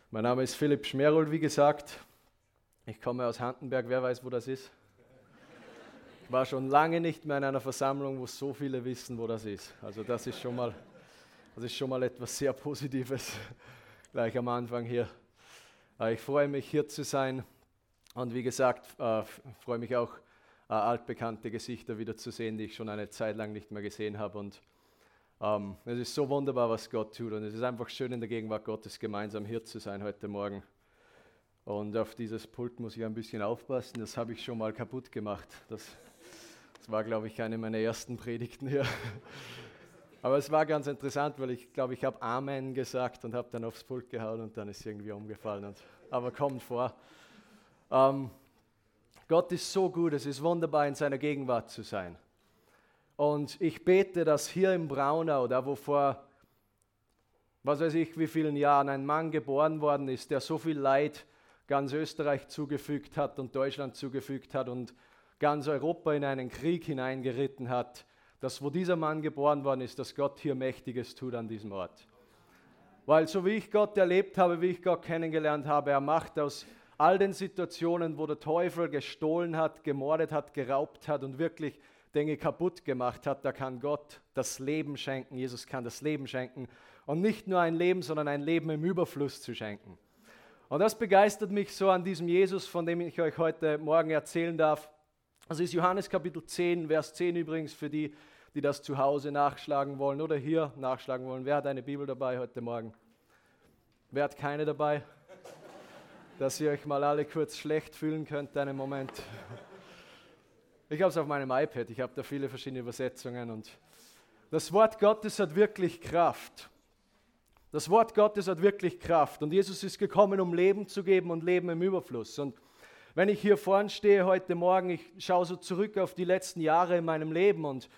Mein Name ist Philipp Schmerold, wie gesagt. Ich komme aus Handenberg, wer weiß, wo das ist? Ich war schon lange nicht mehr in einer Versammlung, wo so viele wissen, wo das ist. Also das ist schon mal etwas sehr Positives, gleich am Anfang hier. Ich freue mich, hier zu sein und wie gesagt, freue mich auch, altbekannte Gesichter wieder zu sehen, die ich schon eine Zeit lang nicht mehr gesehen habe. Und es ist so wunderbar, was Gott tut und es ist einfach schön, in der Gegenwart Gottes gemeinsam hier zu sein heute Morgen. Und auf dieses Pult muss ich ein bisschen aufpassen, das habe ich schon mal kaputt gemacht. Das war, glaube ich, eine meiner ersten Predigten hier. Aber es war ganz interessant, weil ich glaube, ich habe Amen gesagt und habe dann aufs Pult gehauen und dann ist es irgendwie umgefallen. Aber kommt vor. Gott ist so gut, es ist wunderbar, in seiner Gegenwart zu sein. Und ich bete, dass hier im Braunau, da wo vor, was weiß ich, wie vielen Jahren ein Mann geboren worden ist, der so viel Leid ganz Österreich zugefügt hat und Deutschland zugefügt hat und ganz Europa in einen Krieg hineingeritten hat, dass wo dieser Mann geboren worden ist, dass Gott hier Mächtiges tut an diesem Ort. Weil so wie ich Gott erlebt habe, wie ich Gott kennengelernt habe, er macht aus all den Situationen, wo der Teufel gestohlen hat, gemordet hat, geraubt hat und wirklich Dinge kaputt gemacht hat, da kann Gott das Leben schenken. Jesus kann das Leben schenken und nicht nur ein Leben, sondern ein Leben im Überfluss zu schenken. Und das begeistert mich so an diesem Jesus, von dem ich euch heute Morgen erzählen darf. Das ist Johannes Kapitel 10, Vers 10 übrigens für die, die das zu Hause nachschlagen wollen oder hier nachschlagen wollen. Wer hat eine Bibel dabei heute Morgen? Wer hat keine dabei? Dass ihr euch mal alle kurz schlecht fühlen könnt, einen Moment. Ich habe es auf meinem iPad, ich habe da viele verschiedene Übersetzungen und das Wort Gottes hat wirklich Kraft. Das Wort Gottes hat wirklich Kraft und Jesus ist gekommen, um Leben zu geben und Leben im Überfluss. Und wenn ich hier vorne stehe heute Morgen, ich schaue so zurück auf die letzten Jahre in meinem Leben und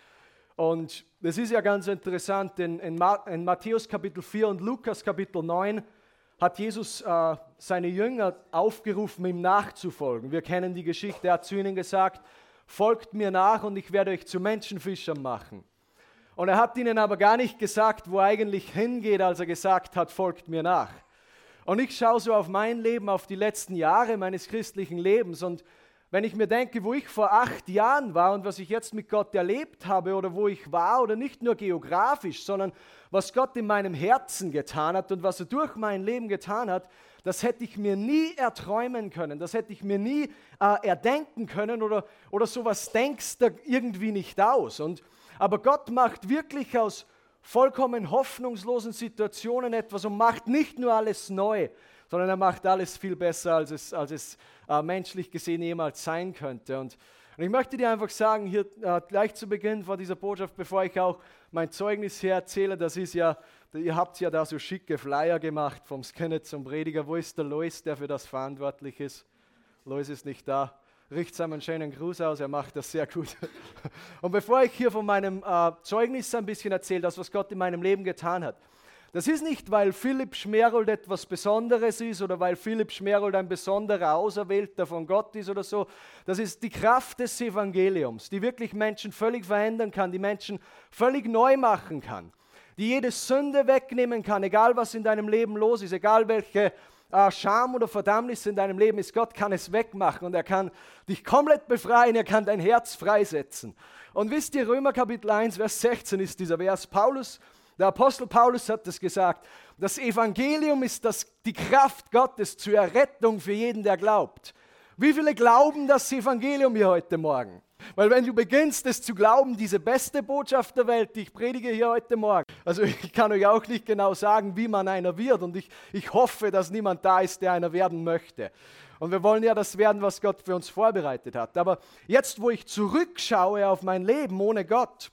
das ist ja ganz interessant, in Matthäus Kapitel 4 und Lukas Kapitel 9 hat Jesus seine Jünger aufgerufen, ihm nachzufolgen. Wir kennen die Geschichte, er hat zu ihnen gesagt, folgt mir nach und ich werde euch zu Menschenfischern machen. Und er hat ihnen aber gar nicht gesagt, wo er eigentlich hingeht, als er gesagt hat, folgt mir nach. Und ich schaue so auf mein Leben, auf die letzten Jahre meines christlichen Lebens und wenn ich mir denke, wo ich vor 8 Jahren war und was ich jetzt mit Gott erlebt habe oder wo ich war oder nicht nur geografisch, sondern was Gott in meinem Herzen getan hat und was er durch mein Leben getan hat, das hätte ich mir nie erträumen können, das hätte ich mir nie erdenken können oder sowas denkst du irgendwie nicht aus. Aber Gott macht wirklich aus vollkommen hoffnungslosen Situationen etwas und macht nicht nur alles neu, sondern er macht alles viel besser, als es menschlich gesehen jemals sein könnte. Und ich möchte dir einfach sagen, hier gleich zu Beginn vor dieser Botschaft, bevor ich auch mein Zeugnis hier erzähle, das ist ja, ihr habt ja da so schicke Flyer gemacht, vom Skinhead zum Prediger. Wo ist der Lois, der für das verantwortlich ist? Lois ist nicht da. Richtet einem einen schönen Gruß aus, er macht das sehr gut. Und bevor ich hier von meinem Zeugnis ein bisschen erzähle, das, was Gott in meinem Leben getan hat, das ist nicht, weil Philipp Schmerold etwas Besonderes ist oder weil Philipp Schmerold ein besonderer Auserwählter von Gott ist oder so. Das ist die Kraft des Evangeliums, die wirklich Menschen völlig verändern kann, die Menschen völlig neu machen kann, die jede Sünde wegnehmen kann, egal was in deinem Leben los ist, egal welche Scham oder Verdammnis in deinem Leben ist. Gott kann es wegmachen und er kann dich komplett befreien, er kann dein Herz freisetzen. Und wisst ihr, Römer Kapitel 1, Vers 16 ist dieser Vers. Der Apostel Paulus hat es gesagt, das Evangelium ist die Kraft Gottes zur Errettung für jeden, der glaubt. Wie viele glauben das Evangelium hier heute Morgen? Weil wenn du beginnst, es zu glauben, diese beste Botschaft der Welt, die ich predige hier heute Morgen, also ich kann euch auch nicht genau sagen, wie man einer wird und ich hoffe, dass niemand da ist, der einer werden möchte. Und wir wollen ja das werden, was Gott für uns vorbereitet hat. Aber jetzt, wo ich zurückschaue auf mein Leben ohne Gott,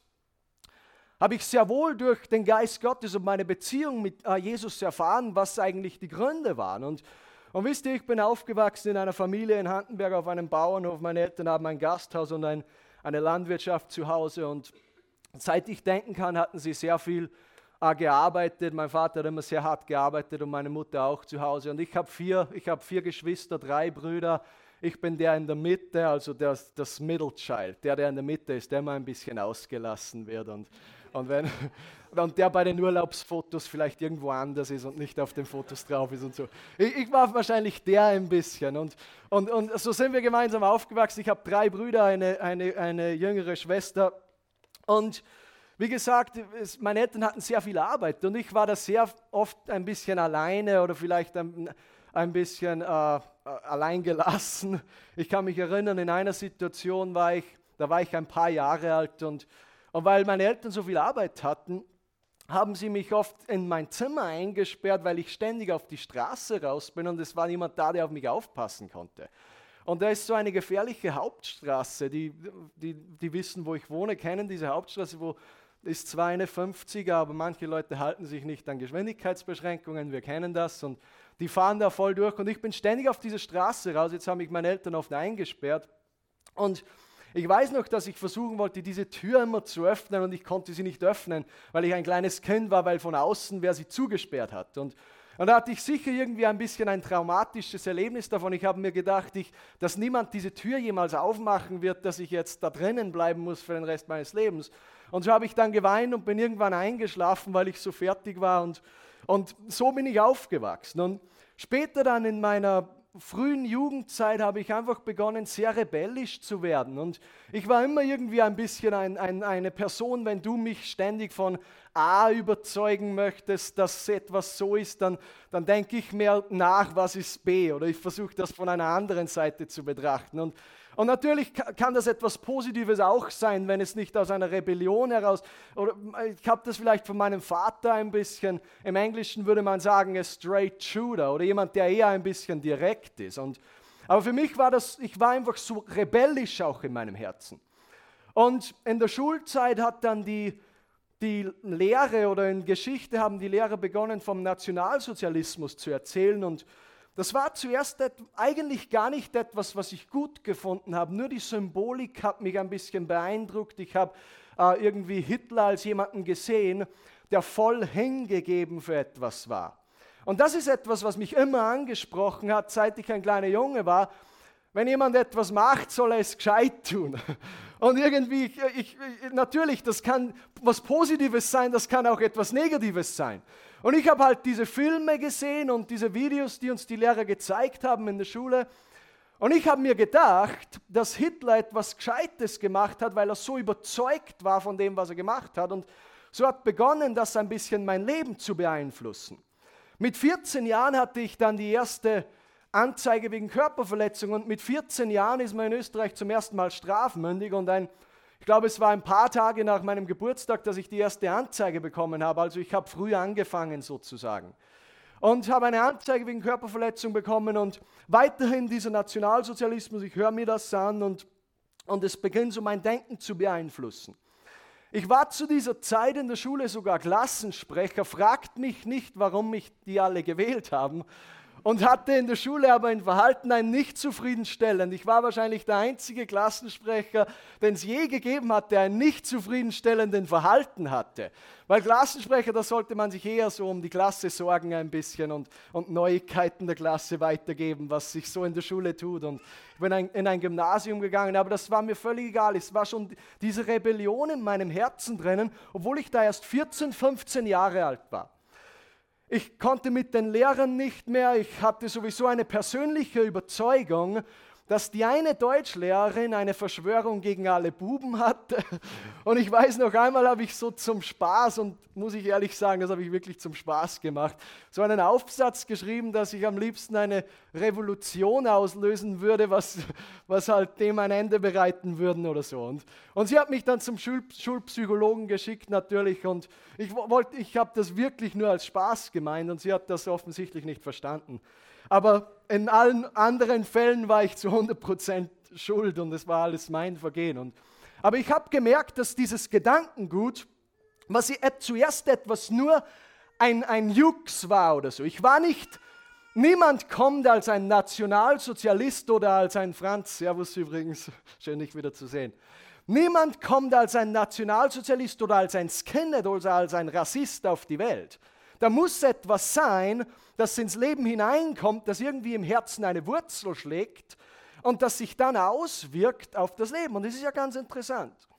habe ich sehr wohl durch den Geist Gottes und meine Beziehung mit Jesus erfahren, was eigentlich die Gründe waren. Und wisst ihr, ich bin aufgewachsen in einer Familie in Handenberg auf einem Bauernhof. Meine Eltern haben ein Gasthaus und eine Landwirtschaft zu Hause. Und seit ich denken kann, hatten sie sehr viel gearbeitet. Mein Vater hat immer sehr hart gearbeitet und meine Mutter auch zu Hause. Und ich habe vier Geschwister, 3 Brüder. Ich bin der in der Mitte, also das Middle Child, der in der Mitte ist, der immer ein bisschen ausgelassen wird. Und der bei den Urlaubsfotos vielleicht irgendwo anders ist und nicht auf den Fotos drauf ist und so. Ich war wahrscheinlich der ein bisschen. Und so sind wir gemeinsam aufgewachsen. Ich habe 3 Brüder, eine jüngere Schwester. Und wie gesagt, meine Eltern hatten sehr viel Arbeit und ich war da sehr oft ein bisschen alleine oder vielleicht ein bisschen alleingelassen. Ich kann mich erinnern, in einer Situation war ich ein paar Jahre alt und weil meine Eltern so viel Arbeit hatten, haben sie mich oft in mein Zimmer eingesperrt, weil ich ständig auf die Straße raus bin und es war niemand da, der auf mich aufpassen konnte. Und da ist so eine gefährliche Hauptstraße, die wissen, wo ich wohne, kennen diese Hauptstraße, wo ist zwar eine 50er, aber manche Leute halten sich nicht an Geschwindigkeitsbeschränkungen, wir kennen das und die fahren da voll durch und ich bin ständig auf diese Straße raus, jetzt haben mich meine Eltern oft eingesperrt und ich weiß noch, dass ich versuchen wollte, diese Tür immer zu öffnen und ich konnte sie nicht öffnen, weil ich ein kleines Kind war, weil von außen wer sie zugesperrt hat. Und da hatte ich sicher irgendwie ein bisschen ein traumatisches Erlebnis davon. Ich habe mir gedacht, dass niemand diese Tür jemals aufmachen wird, dass ich jetzt da drinnen bleiben muss für den Rest meines Lebens. Und so habe ich dann geweint und bin irgendwann eingeschlafen, weil ich so fertig war. Und so bin ich aufgewachsen. Und später dann in meiner frühen Jugendzeit habe ich einfach begonnen, sehr rebellisch zu werden. Und ich war immer irgendwie ein bisschen eine Person, wenn du mich ständig von A überzeugen möchtest, dass etwas so ist, dann denke ich mehr nach, was ist B? Oder ich versuche das von einer anderen Seite zu betrachten. Und natürlich kann das etwas Positives auch sein, wenn es nicht aus einer Rebellion heraus, oder ich habe das vielleicht von meinem Vater ein bisschen, im Englischen würde man sagen, a straight shooter oder jemand, der eher ein bisschen direkt ist. Aber für mich ich war einfach so rebellisch auch in meinem Herzen. Und in der Schulzeit hat dann die Lehre oder in Geschichte haben die Lehrer begonnen, vom Nationalsozialismus zu erzählen und das war zuerst eigentlich gar nicht etwas, was ich gut gefunden habe. Nur die Symbolik hat mich ein bisschen beeindruckt. Ich habe irgendwie Hitler als jemanden gesehen, der voll hingegeben für etwas war. Und das ist etwas, was mich immer angesprochen hat, seit ich ein kleiner Junge war. Wenn jemand etwas macht, soll er es gescheit tun. Und irgendwie, natürlich, das kann was Positives sein, das kann auch etwas Negatives sein. Und ich habe halt diese Filme gesehen und diese Videos, die uns die Lehrer gezeigt haben in der Schule. Und ich habe mir gedacht, dass Hitler etwas Gescheites gemacht hat, weil er so überzeugt war von dem, was er gemacht hat. Und so hat begonnen, das ein bisschen mein Leben zu beeinflussen. Mit 14 Jahren hatte ich dann die erste Anzeige wegen Körperverletzung und mit 14 Jahren ist man in Österreich zum ersten Mal strafmündig und ich glaube, es war ein paar Tage nach meinem Geburtstag, dass ich die erste Anzeige bekommen habe. Also ich habe früh angefangen sozusagen und habe eine Anzeige wegen Körperverletzung bekommen und weiterhin dieser Nationalsozialismus, ich höre mir das an und es beginnt so mein Denken zu beeinflussen. Ich war zu dieser Zeit in der Schule sogar Klassensprecher, fragt mich nicht, warum mich die alle gewählt haben. Und hatte in der Schule aber ein Verhalten ein nicht zufriedenstellend. Ich war wahrscheinlich der einzige Klassensprecher, den es je gegeben hat, der ein nicht zufriedenstellenden Verhalten hatte. Weil Klassensprecher, da sollte man sich eher so um die Klasse sorgen ein bisschen und Neuigkeiten der Klasse weitergeben, was sich so in der Schule tut. Und ich bin in ein Gymnasium gegangen, aber das war mir völlig egal. Es war schon diese Rebellion in meinem Herzen drinnen, obwohl ich da erst 14, 15 Jahre alt war. Ich konnte mit den Lehrern nicht mehr, ich hatte sowieso eine persönliche Überzeugung, dass die eine Deutschlehrerin eine Verschwörung gegen alle Buben hatte. Und ich weiß noch einmal habe ich so zum Spaß, und muss ich ehrlich sagen, das habe ich wirklich zum Spaß gemacht, so einen Aufsatz geschrieben, dass ich am liebsten eine Revolution auslösen würde, was halt dem ein Ende bereiten würden oder so. Und sie hat mich dann zum Schulpsychologen geschickt natürlich und ich habe das wirklich nur als Spaß gemeint und sie hat das offensichtlich nicht verstanden. Aber in allen anderen Fällen war ich zu 100% schuld und es war alles mein Vergehen. Aber ich habe gemerkt, dass dieses Gedankengut, was zuerst etwas nur ein Jux war oder so. Niemand kommt als ein Nationalsozialist oder als ein Franz, Servus übrigens, schön dich wieder zu sehen. Niemand kommt als ein Nationalsozialist oder als ein Skinhead oder als ein Rassist auf die Welt. Da muss etwas sein, das ins Leben hineinkommt, das irgendwie im Herzen eine Wurzel schlägt und das sich dann auswirkt auf das Leben. Und das ist ja ganz interessant.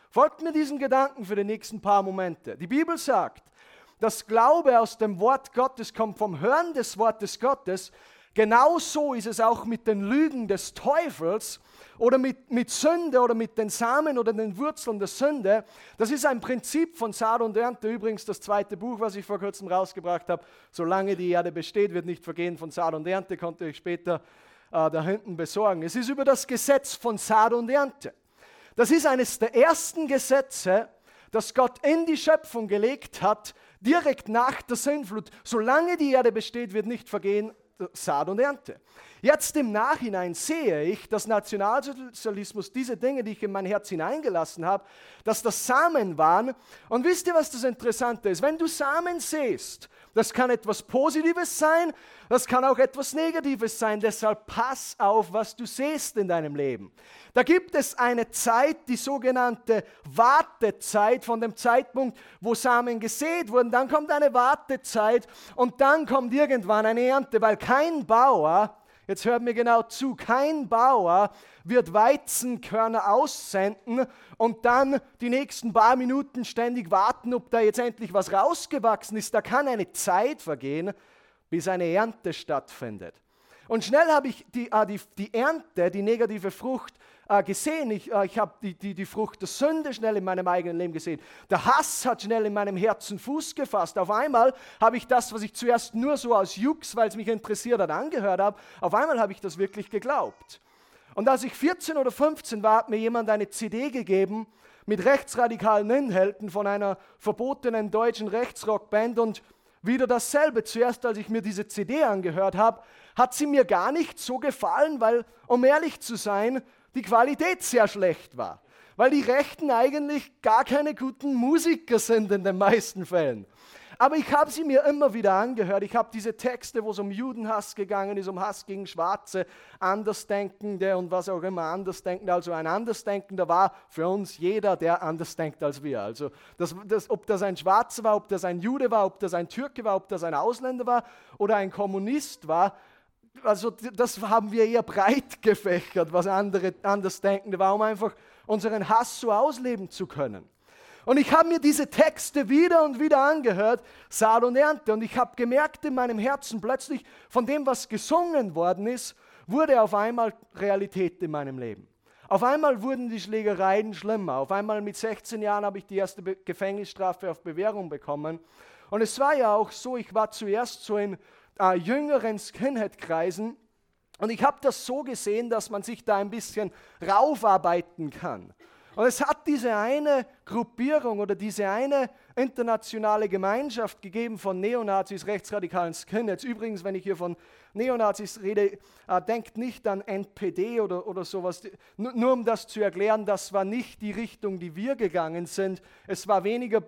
Folgt mir diesen Gedanken für die nächsten paar Momente. Die Bibel sagt, dass Glaube aus dem Wort Gottes kommt, vom Hören des Wortes Gottes. Genauso ist es auch mit den Lügen des Teufels oder mit Sünde oder mit den Samen oder den Wurzeln der Sünde. Das ist ein Prinzip von Saat und Ernte. Übrigens das zweite Buch, was ich vor kurzem rausgebracht habe. Solange die Erde besteht, wird nicht vergehen von Saat und Ernte. Könnt ihr euch später da hinten besorgen. Es ist über das Gesetz von Saat und Ernte. Das ist eines der ersten Gesetze, das Gott in die Schöpfung gelegt hat, direkt nach der Sintflut. Solange die Erde besteht, wird nicht vergehen Saat und Ernte. Jetzt im Nachhinein sehe ich, dass Nationalsozialismus, diese Dinge, die ich in mein Herz hineingelassen habe, dass das Samen waren. Und wisst ihr, was das Interessante ist? Wenn du Samen säst, das kann etwas Positives sein, das kann auch etwas Negatives sein. Deshalb pass auf, was du säst in deinem Leben. Da gibt es eine Zeit, die sogenannte Wartezeit, von dem Zeitpunkt, wo Samen gesät wurden. Dann kommt eine Wartezeit und dann kommt irgendwann eine Ernte, weil kein Bauer, jetzt hört mir genau zu, kein Bauer wird Weizenkörner aussenden und dann die nächsten paar Minuten ständig warten, ob da jetzt endlich was rausgewachsen ist. Da kann eine Zeit vergehen, bis eine Ernte stattfindet. Und schnell habe ich die Ernte, die negative Frucht gesehen. Ich habe die Frucht der Sünde schnell in meinem eigenen Leben gesehen. Der Hass hat schnell in meinem Herzen Fuß gefasst. Auf einmal habe ich das, was ich zuerst nur so aus Jux, weil es mich interessiert hat, angehört habe, auf einmal habe ich das wirklich geglaubt. Und als ich 14 oder 15 war, hat mir jemand eine CD gegeben mit rechtsradikalen Inhalten von einer verbotenen deutschen Rechtsrockband und wieder dasselbe. Zuerst, als ich mir diese CD angehört habe, hat sie mir gar nicht so gefallen, weil, um ehrlich zu sein, die Qualität sehr schlecht war. Weil die Rechten eigentlich gar keine guten Musiker sind in den meisten Fällen. Aber ich habe sie mir immer wieder angehört. Ich habe diese Texte, wo es um Judenhass gegangen ist, um Hass gegen Schwarze, Andersdenkende und was auch immer Andersdenkende. Also ein Andersdenkender war für uns jeder, der anders denkt als wir. Also ob das ein Schwarzer war, ob das ein Jude war, ob das ein Türke war, ob das ein Ausländer war oder ein Kommunist war. Also das haben wir eher breit gefächert, was Andersdenkende war, um einfach unseren Hass so ausleben zu können. Und ich habe mir diese Texte wieder und wieder angehört, Saat und Ernte. Und ich habe gemerkt in meinem Herzen plötzlich, von dem, was gesungen worden ist, wurde auf einmal Realität in meinem Leben. Auf einmal wurden die Schlägereien schlimmer. Auf einmal mit 16 Jahren habe ich die erste Gefängnisstrafe auf Bewährung bekommen. Und es war ja auch so, ich war zuerst so in jüngeren Skinhead-Kreisen. Und ich habe das so gesehen, dass man sich da ein bisschen raufarbeiten kann. Und es hat diese eine Gruppierung oder diese eine internationale Gemeinschaft gegeben von Neonazis, rechtsradikalen Skinheads. Übrigens, wenn ich hier von Neonazis rede, denkt nicht an NPD oder sowas. Nur um das zu erklären, das war nicht die Richtung, die wir gegangen sind. Es war weniger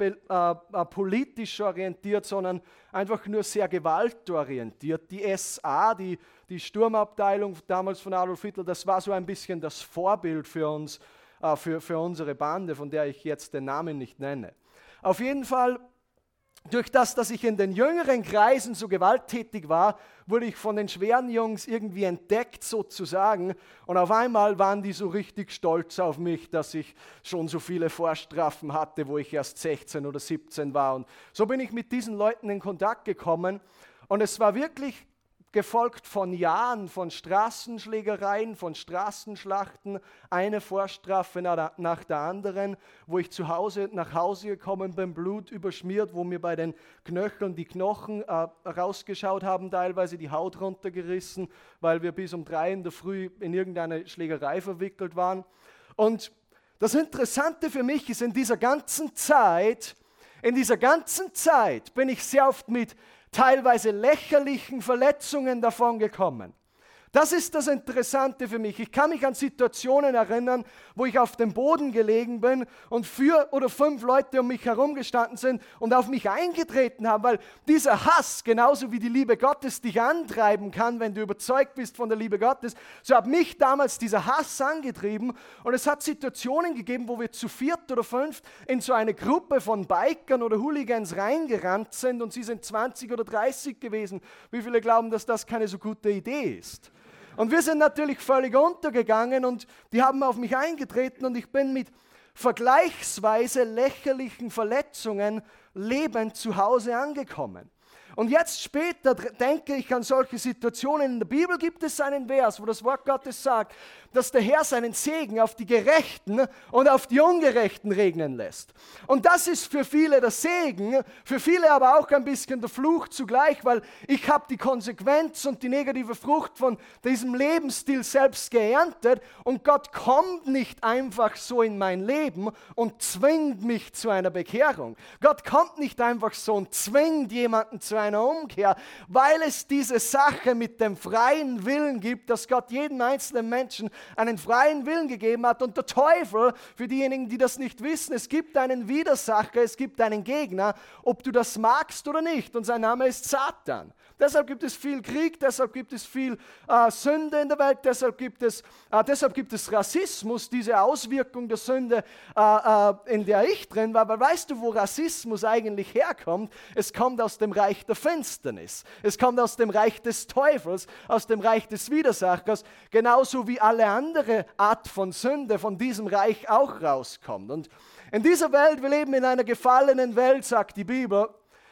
politisch orientiert, sondern einfach nur sehr gewaltorientiert. Die SA, die Sturmabteilung damals von Adolf Hitler, das war so ein bisschen das Vorbild für uns. Für unsere Bande, von der ich jetzt den Namen nicht nenne. Auf jeden Fall, durch das, dass ich in den jüngeren Kreisen so gewalttätig war, wurde ich von den schweren Jungs irgendwie entdeckt sozusagen und auf einmal waren die so richtig stolz auf mich, dass ich schon so viele Vorstrafen hatte, wo ich erst 16 oder 17 war und so bin ich mit diesen Leuten in Kontakt gekommen und es war wirklich gefolgt von Jahren von Straßenschlägereien, von Straßenschlachten, eine Vorstrafe nach der anderen, wo ich nach Hause gekommen bin, Blut überschmiert, wo mir bei den Knöcheln die Knochen rausgeschaut haben, teilweise die Haut runtergerissen, weil wir bis um 3 in der Früh in irgendeine Schlägerei verwickelt waren. Und das Interessante für mich ist, in dieser ganzen Zeit bin ich sehr oft mit teilweise lächerlichen Verletzungen davon gekommen. Das ist das Interessante für mich. Ich kann mich an Situationen erinnern, wo ich auf dem Boden gelegen bin und 4 oder 5 Leute um mich herum gestanden sind und auf mich eingetreten haben, weil dieser Hass, genauso wie die Liebe Gottes dich antreiben kann, wenn du überzeugt bist von der Liebe Gottes, so hat mich damals dieser Hass angetrieben und es hat Situationen gegeben, wo wir zu 4 oder 5 in so eine Gruppe von Bikern oder Hooligans reingerannt sind und sie sind 20 oder 30 gewesen. Wie viele glauben, dass das keine so gute Idee ist? Und wir sind natürlich völlig untergegangen und die haben auf mich eingetreten und ich bin mit vergleichsweise lächerlichen Verletzungen lebend zu Hause angekommen. Und jetzt später denke ich an solche Situationen. In der Bibel gibt es einen Vers, wo das Wort Gottes sagt, dass der Herr seinen Segen auf die Gerechten und auf die Ungerechten regnen lässt. Und das ist für viele der Segen, für viele aber auch ein bisschen der Fluch zugleich, weil ich habe die Konsequenz und die negative Frucht von diesem Lebensstil selbst geerntet und Gott kommt nicht einfach so in mein Leben und zwingt mich zu einer Bekehrung. Gott kommt nicht einfach so und zwingt jemanden zu einer Umkehr, weil es diese Sache mit dem freien Willen gibt, dass Gott jedem einzelnen Menschen einen freien Willen gegeben hat. Und der Teufel, für diejenigen, die das nicht wissen, es gibt einen Widersacher, es gibt einen Gegner, ob du das magst oder nicht. Und sein Name ist Satan. Deshalb gibt es viel Krieg, deshalb gibt es viel Sünde in der Welt, deshalb gibt es Rassismus, diese Auswirkung der Sünde, in der ich drin war. Weil weißt du, wo Rassismus eigentlich herkommt? Es kommt aus dem Reich der Finsternis. Es kommt aus dem Reich des Teufels, aus dem Reich des Widersachers, genauso wie alle andere Art von Sünde von diesem Reich auch rauskommt. Und in dieser Welt, wir leben in einer gefallenen Welt, sagt die Bibel.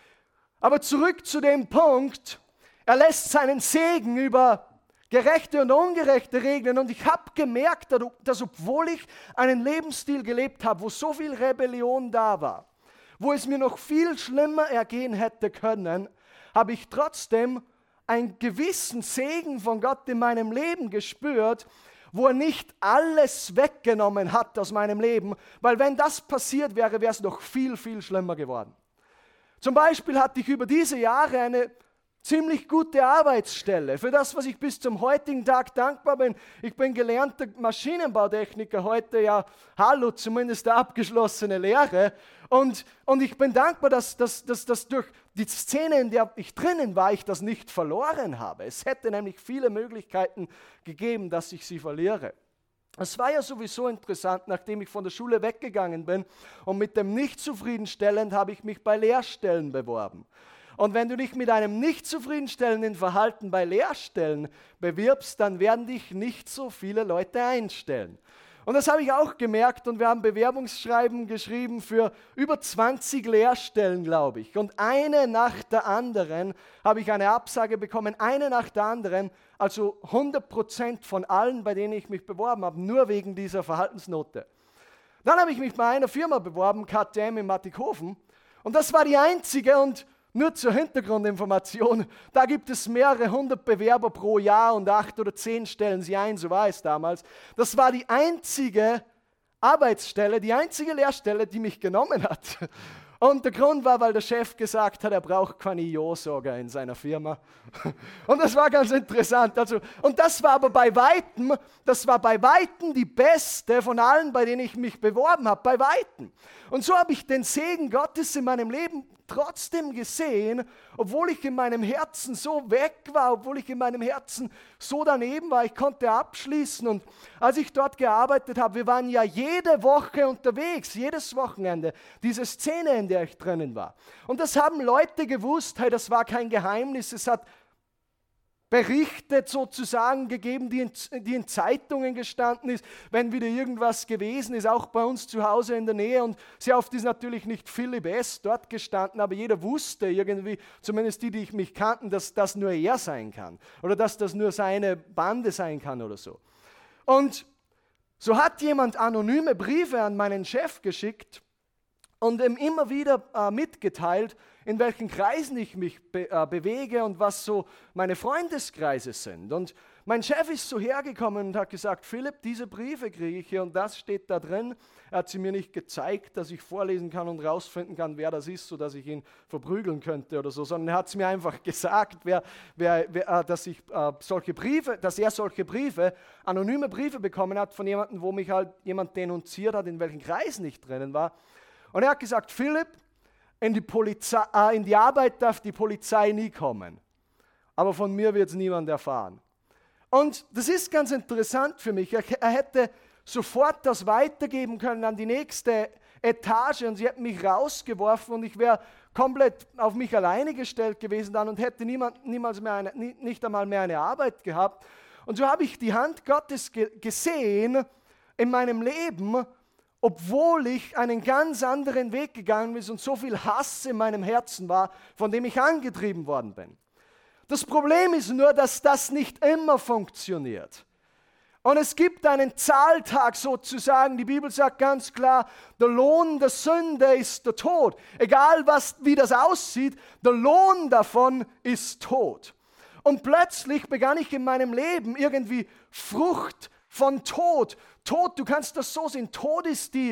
Aber zurück zu dem Punkt, er lässt seinen Segen über Gerechte und Ungerechte regnen. Und ich habe gemerkt, dass obwohl ich einen Lebensstil gelebt habe, wo so viel Rebellion da war, wo es mir noch viel schlimmer ergehen hätte können, habe ich trotzdem einen gewissen Segen von Gott in meinem Leben gespürt, wo er nicht alles weggenommen hat aus meinem Leben, weil wenn das passiert wäre, wäre es noch viel, viel schlimmer geworden. Zum Beispiel hatte ich über diese Jahre eine ziemlich gute Arbeitsstelle. Für das, was ich bis zum heutigen Tag dankbar bin. Ich bin gelernter Maschinenbautechniker, heute ja, hallo, zumindest eine abgeschlossene Lehre. Und ich bin dankbar, dass durch die Szene, in der ich drinnen war, ich das nicht verloren habe. Es hätte nämlich viele Möglichkeiten gegeben, dass ich sie verliere. Es war ja sowieso interessant, nachdem ich von der Schule weggegangen bin und mit dem nicht zufriedenstellend habe ich mich bei Lehrstellen beworben. Und wenn du dich mit einem nicht zufriedenstellenden Verhalten bei Lehrstellen bewirbst, dann werden dich nicht so viele Leute einstellen. Und das habe ich auch gemerkt und wir haben Bewerbungsschreiben geschrieben für über 20 Lehrstellen, glaube ich. Und eine nach der anderen habe ich eine Absage bekommen, eine nach der anderen, also 100% von allen, bei denen ich mich beworben habe, nur wegen dieser Verhaltensnote. Dann habe ich mich bei einer Firma beworben, KTM in Mattighofen, und das war die einzige und nur zur Hintergrundinformation, da gibt es mehrere hundert Bewerber pro Jahr und 8 oder 10 stellen sie ein, so war es damals. Das war die einzige Arbeitsstelle, die einzige Lehrstelle, die mich genommen hat. Und der Grund war, weil der Chef gesagt hat, er braucht keine Ja-Sager in seiner Firma. Und das war ganz interessant. Und das war aber bei Weitem die beste von allen, bei denen ich mich beworben habe, bei Weitem. Und so habe ich den Segen Gottes in meinem Leben trotzdem gesehen, obwohl ich in meinem Herzen so weg war, obwohl ich in meinem Herzen so daneben war. Ich konnte abschließen und als ich dort gearbeitet habe, wir waren ja jede Woche unterwegs, jedes Wochenende, diese Szene, in der ich drinnen war. Und das haben Leute gewusst, hey, das war kein Geheimnis, es hat Berichte sozusagen gegeben, die in Zeitungen gestanden ist, wenn wieder irgendwas gewesen ist, auch bei uns zu Hause in der Nähe. Und sehr oft ist natürlich nicht Philipp S. dort gestanden, aber jeder wusste irgendwie, zumindest die mich kannten, dass das nur er sein kann oder dass das nur seine Bande sein kann oder so. Und so hat jemand anonyme Briefe an meinen Chef geschickt und ihm immer wieder mitgeteilt, in welchen Kreisen ich mich bewege und was so meine Freundeskreise sind. Und mein Chef ist so hergekommen und hat gesagt, Philipp, diese Briefe kriege ich hier und das steht da drin. Er hat sie mir nicht gezeigt, dass ich vorlesen kann und rausfinden kann, wer das ist, sodass ich ihn verprügeln könnte oder so, sondern er hat es mir einfach gesagt, dass er solche Briefe, anonyme Briefe bekommen hat von jemandem, wo mich halt jemand denunziert hat, in welchen Kreisen ich drinnen war. Und er hat gesagt, Philipp, in die Arbeit darf die Polizei nie kommen. Aber von mir wird es niemand erfahren. Und das ist ganz interessant für mich. Er hätte sofort das weitergeben können an die nächste Etage und sie hätten mich rausgeworfen und ich wäre komplett auf mich alleine gestellt gewesen dann und hätte nicht einmal mehr eine Arbeit gehabt. Und so habe ich die Hand Gottes gesehen in meinem Leben obwohl ich einen ganz anderen Weg gegangen bin und so viel Hass in meinem Herzen war, von dem ich angetrieben worden bin. Das Problem ist nur, dass das nicht immer funktioniert. Und es gibt einen Zahltag sozusagen. Die Bibel sagt ganz klar, der Lohn der Sünde ist der Tod. Egal wie das aussieht, der Lohn davon ist Tod. Und plötzlich begann ich in meinem Leben irgendwie Frucht von Tod. Tod, du kannst das so sehen, Tod ist die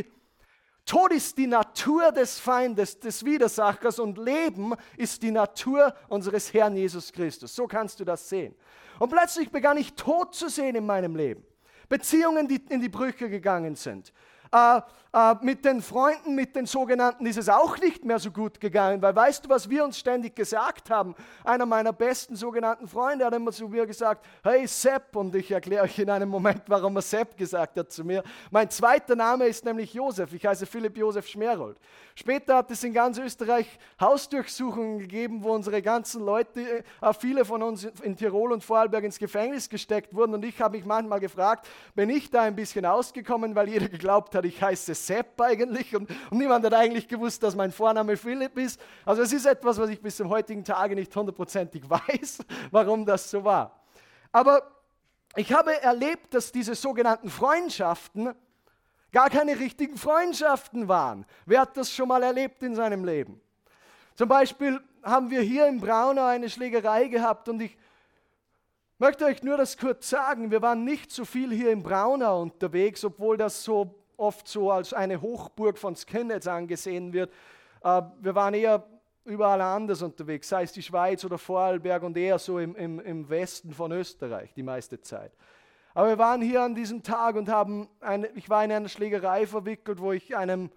Natur des Feindes, des Widersachers, und Leben ist die Natur unseres Herrn Jesus Christus. So kannst du das sehen. Und plötzlich begann ich Tod zu sehen in meinem Leben. Beziehungen, die in die Brüche gegangen sind. Mit den Freunden, mit den Sogenannten ist es auch nicht mehr so gut gegangen, weil weißt du, was wir uns ständig gesagt haben? Einer meiner besten sogenannten Freunde hat immer zu mir gesagt, hey Sepp, und ich erkläre euch in einem Moment, warum er Sepp gesagt hat zu mir. Mein zweiter Name ist nämlich Josef, ich heiße Philipp Josef Schmerold. Später hat es in ganz Österreich Hausdurchsuchungen gegeben, wo unsere ganzen Leute, viele von uns in Tirol und Vorarlberg ins Gefängnis gesteckt wurden, und ich habe mich manchmal gefragt, bin ich da ein bisschen ausgekommen, weil jeder geglaubt hat, ich heiße Sepp eigentlich, und niemand hat eigentlich gewusst, dass mein Vorname Philipp ist. Also es ist etwas, was ich bis zum heutigen Tage nicht hundertprozentig weiß, warum das so war. Aber ich habe erlebt, dass diese sogenannten Freundschaften gar keine richtigen Freundschaften waren. Wer hat das schon mal erlebt in seinem Leben? Zum Beispiel haben wir hier in Braunau eine Schlägerei gehabt, und ich möchte euch nur das kurz sagen, wir waren nicht so viel hier in Braunau unterwegs, obwohl das so oft so als eine Hochburg von Skinheads angesehen wird. Wir waren eher überall anders unterwegs, sei es die Schweiz oder Vorarlberg, und eher so im Westen von Österreich die meiste Zeit. Aber wir waren hier an diesem Tag und ich war in einer Schlägerei verwickelt, wo ich ein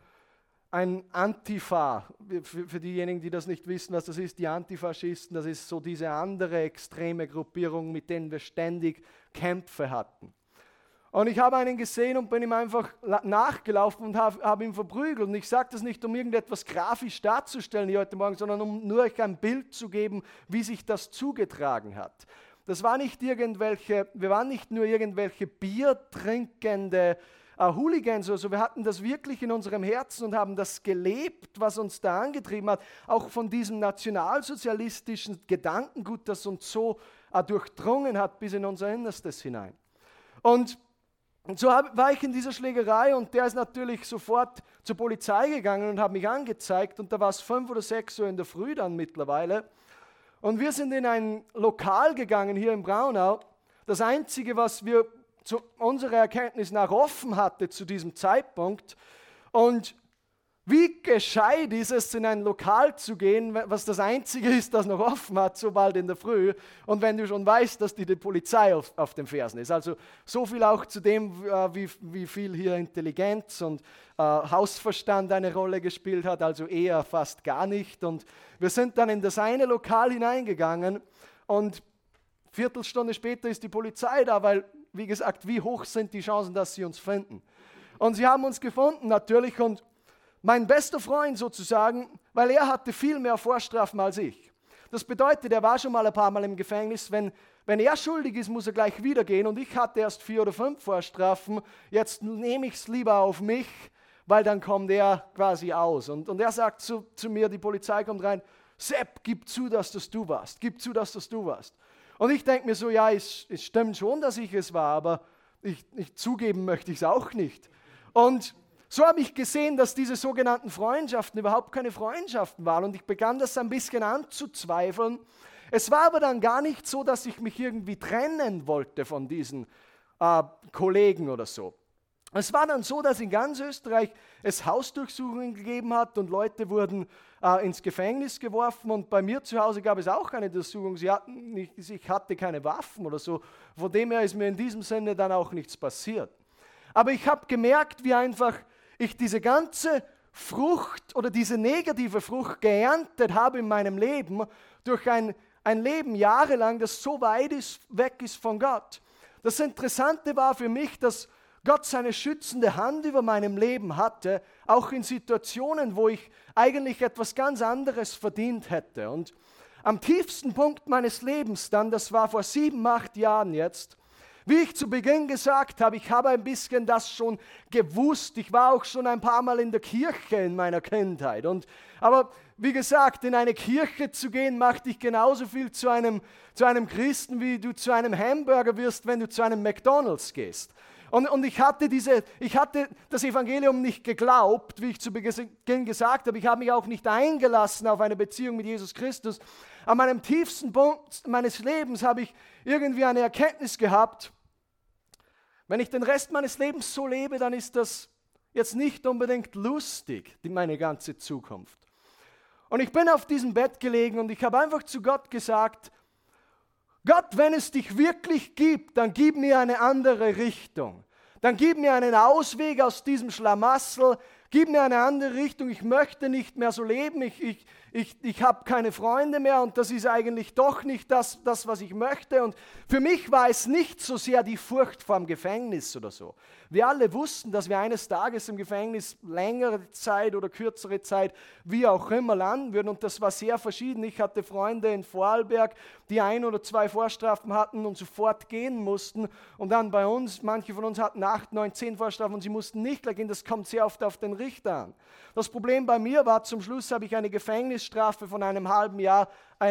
Antifa, für diejenigen, die das nicht wissen, was das ist, die Antifaschisten, das ist so diese andere extreme Gruppierung, mit denen wir ständig Kämpfe hatten. Und ich habe einen gesehen und bin ihm einfach nachgelaufen und habe ihn verprügelt. Und ich sage das nicht, um irgendetwas grafisch darzustellen hier heute Morgen, sondern um nur euch ein Bild zu geben, wie sich das zugetragen hat. Wir waren nicht nur irgendwelche biertrinkende Hooligans oder so, wir hatten das wirklich in unserem Herzen und haben das gelebt, was uns da angetrieben hat, auch von diesem nationalsozialistischen Gedankengut, das uns so durchdrungen hat bis in unser Innerstes hinein. Und so war ich in dieser Schlägerei, und der ist natürlich sofort zur Polizei gegangen und hat mich angezeigt, und da war es 5 oder 6 Uhr in der Früh dann mittlerweile. Und wir sind in ein Lokal gegangen hier in Braunau. Das Einzige, was wir zu unserer Erkenntnis nach offen hatte zu diesem Zeitpunkt. Und wie gescheit ist es, in ein Lokal zu gehen, was das Einzige ist, das noch offen hat, so bald in der Früh, und wenn du schon weißt, dass die Polizei auf den Fersen ist. Also so viel auch zu dem, wie viel hier Intelligenz und Hausverstand eine Rolle gespielt hat, also eher fast gar nicht. Und wir sind dann in das eine Lokal hineingegangen, und eine Viertelstunde später ist die Polizei da, weil, wie gesagt, wie hoch sind die Chancen, dass sie uns finden? Und sie haben uns gefunden natürlich, und mein bester Freund sozusagen, weil er hatte viel mehr Vorstrafen als ich. Das bedeutet, er war schon mal ein paar Mal im Gefängnis. Wenn er schuldig ist, muss er gleich wieder gehen. Und ich hatte erst 4 oder 5 Vorstrafen. Jetzt nehme ich es lieber auf mich, weil dann kommt er quasi aus. Und er sagt zu mir, die Polizei kommt rein, Sepp, gib zu, dass das du warst. Gib zu, dass das du warst. Und ich denke mir so, ja, es stimmt schon, dass ich es war, aber ich zugeben möchte ich es auch nicht. Und so habe ich gesehen, dass diese sogenannten Freundschaften überhaupt keine Freundschaften waren, und ich begann das ein bisschen anzuzweifeln. Es war aber dann gar nicht so, dass ich mich irgendwie trennen wollte von diesen Kollegen oder so. Es war dann so, dass in ganz Österreich es Hausdurchsuchungen gegeben hat und Leute wurden ins Gefängnis geworfen, und bei mir zu Hause gab es auch eine Durchsuchung. Ich hatte keine Waffen oder so, von dem her ist mir in diesem Sinne dann auch nichts passiert. Aber ich habe gemerkt, wie einfach ich diese ganze Frucht oder diese negative Frucht geerntet habe in meinem Leben durch ein Leben jahrelang, das so weit weg ist von Gott. Das Interessante war für mich, dass Gott seine schützende Hand über meinem Leben hatte, auch in Situationen, wo ich eigentlich etwas ganz anderes verdient hätte. Und am tiefsten Punkt meines Lebens dann, das war vor 7, 8 Jahren jetzt, Wie ich zu Beginn gesagt habe, ich habe ein bisschen das schon gewusst. Ich war auch schon ein paar Mal in der Kirche in meiner Kindheit. Aber wie gesagt, in eine Kirche zu gehen, macht dich genauso viel zu einem Christen, wie du zu einem Hamburger wirst, wenn du zu einem McDonald's gehst. Und ich hatte das Evangelium nicht geglaubt, wie ich zu Beginn gesagt habe. Ich habe mich auch nicht eingelassen auf eine Beziehung mit Jesus Christus. An meinem tiefsten Punkt meines Lebens habe ich irgendwie eine Erkenntnis gehabt, wenn ich den Rest meines Lebens so lebe, dann ist das jetzt nicht unbedingt lustig, meine ganze Zukunft. Und ich bin auf diesem Bett gelegen und ich habe einfach zu Gott gesagt, Gott, wenn es dich wirklich gibt, dann gib mir eine andere Richtung. Dann gib mir einen Ausweg aus diesem Schlamassel, gib mir eine andere Richtung. Ich möchte nicht mehr so leben, ich habe keine Freunde mehr und das ist eigentlich doch nicht das, was ich möchte. Und für mich war es nicht so sehr die Furcht vor dem Gefängnis oder so. Wir alle wussten, dass wir eines Tages im Gefängnis längere Zeit oder kürzere Zeit, wie auch immer, landen würden. Und das war sehr verschieden. Ich hatte Freunde in Vorarlberg, die 1 oder 2 Vorstrafen hatten und sofort gehen mussten. Und dann bei uns, manche von uns hatten 8, 9, 10 Vorstrafen und sie mussten nicht gleich gehen. Das kommt sehr oft auf den Richter an. Das Problem bei mir war, zum Schluss habe ich eine Gefängnisstrafe von einem halben Jahr,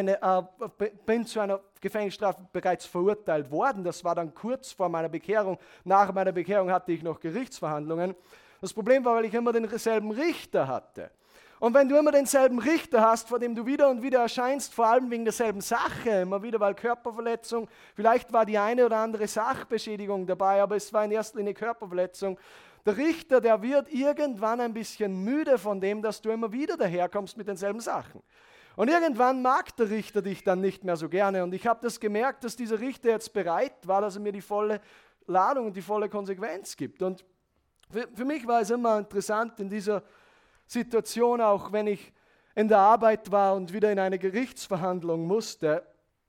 bin zu einer Gefängnisstrafe bereits verurteilt worden. Das war dann kurz vor meiner Bekehrung. Nach meiner Bekehrung hatte ich noch Gerichtsverhandlungen. Das Problem war, weil ich immer denselben Richter hatte. Und wenn du immer denselben Richter hast, vor dem du wieder und wieder erscheinst, vor allem wegen derselben Sache, immer wieder, weil Körperverletzung, vielleicht war die eine oder andere Sachbeschädigung dabei, aber es war in erster Linie Körperverletzung. Der Richter, der wird irgendwann ein bisschen müde von dem, dass du immer wieder daherkommst mit denselben Sachen. Und irgendwann mag der Richter dich dann nicht mehr so gerne. Und ich habe das gemerkt, dass dieser Richter jetzt bereit war, dass er mir die volle Ladung und die volle Konsequenz gibt. Und für mich war es immer interessant in dieser Situation, auch wenn ich in der Arbeit war und wieder in eine Gerichtsverhandlung musste.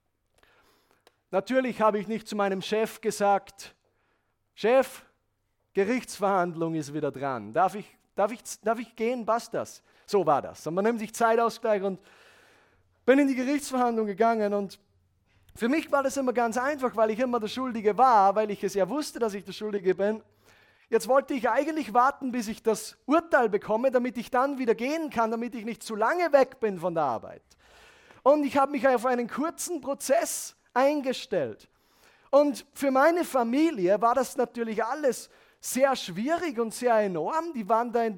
Natürlich habe ich nicht zu meinem Chef gesagt, Chef, Gerichtsverhandlung ist wieder dran. Darf ich gehen? Passt das? So war das. Und man nimmt sich Zeitausgleich und bin in die Gerichtsverhandlung gegangen und für mich war das immer ganz einfach, weil ich immer der Schuldige war, weil ich es ja wusste, dass ich der Schuldige bin. Jetzt wollte ich eigentlich warten, bis ich das Urteil bekomme, damit ich dann wieder gehen kann, damit ich nicht zu lange weg bin von der Arbeit. Und ich habe mich auf einen kurzen Prozess eingestellt. Und für meine Familie war das natürlich alles sehr schwierig und sehr enorm. Die waren da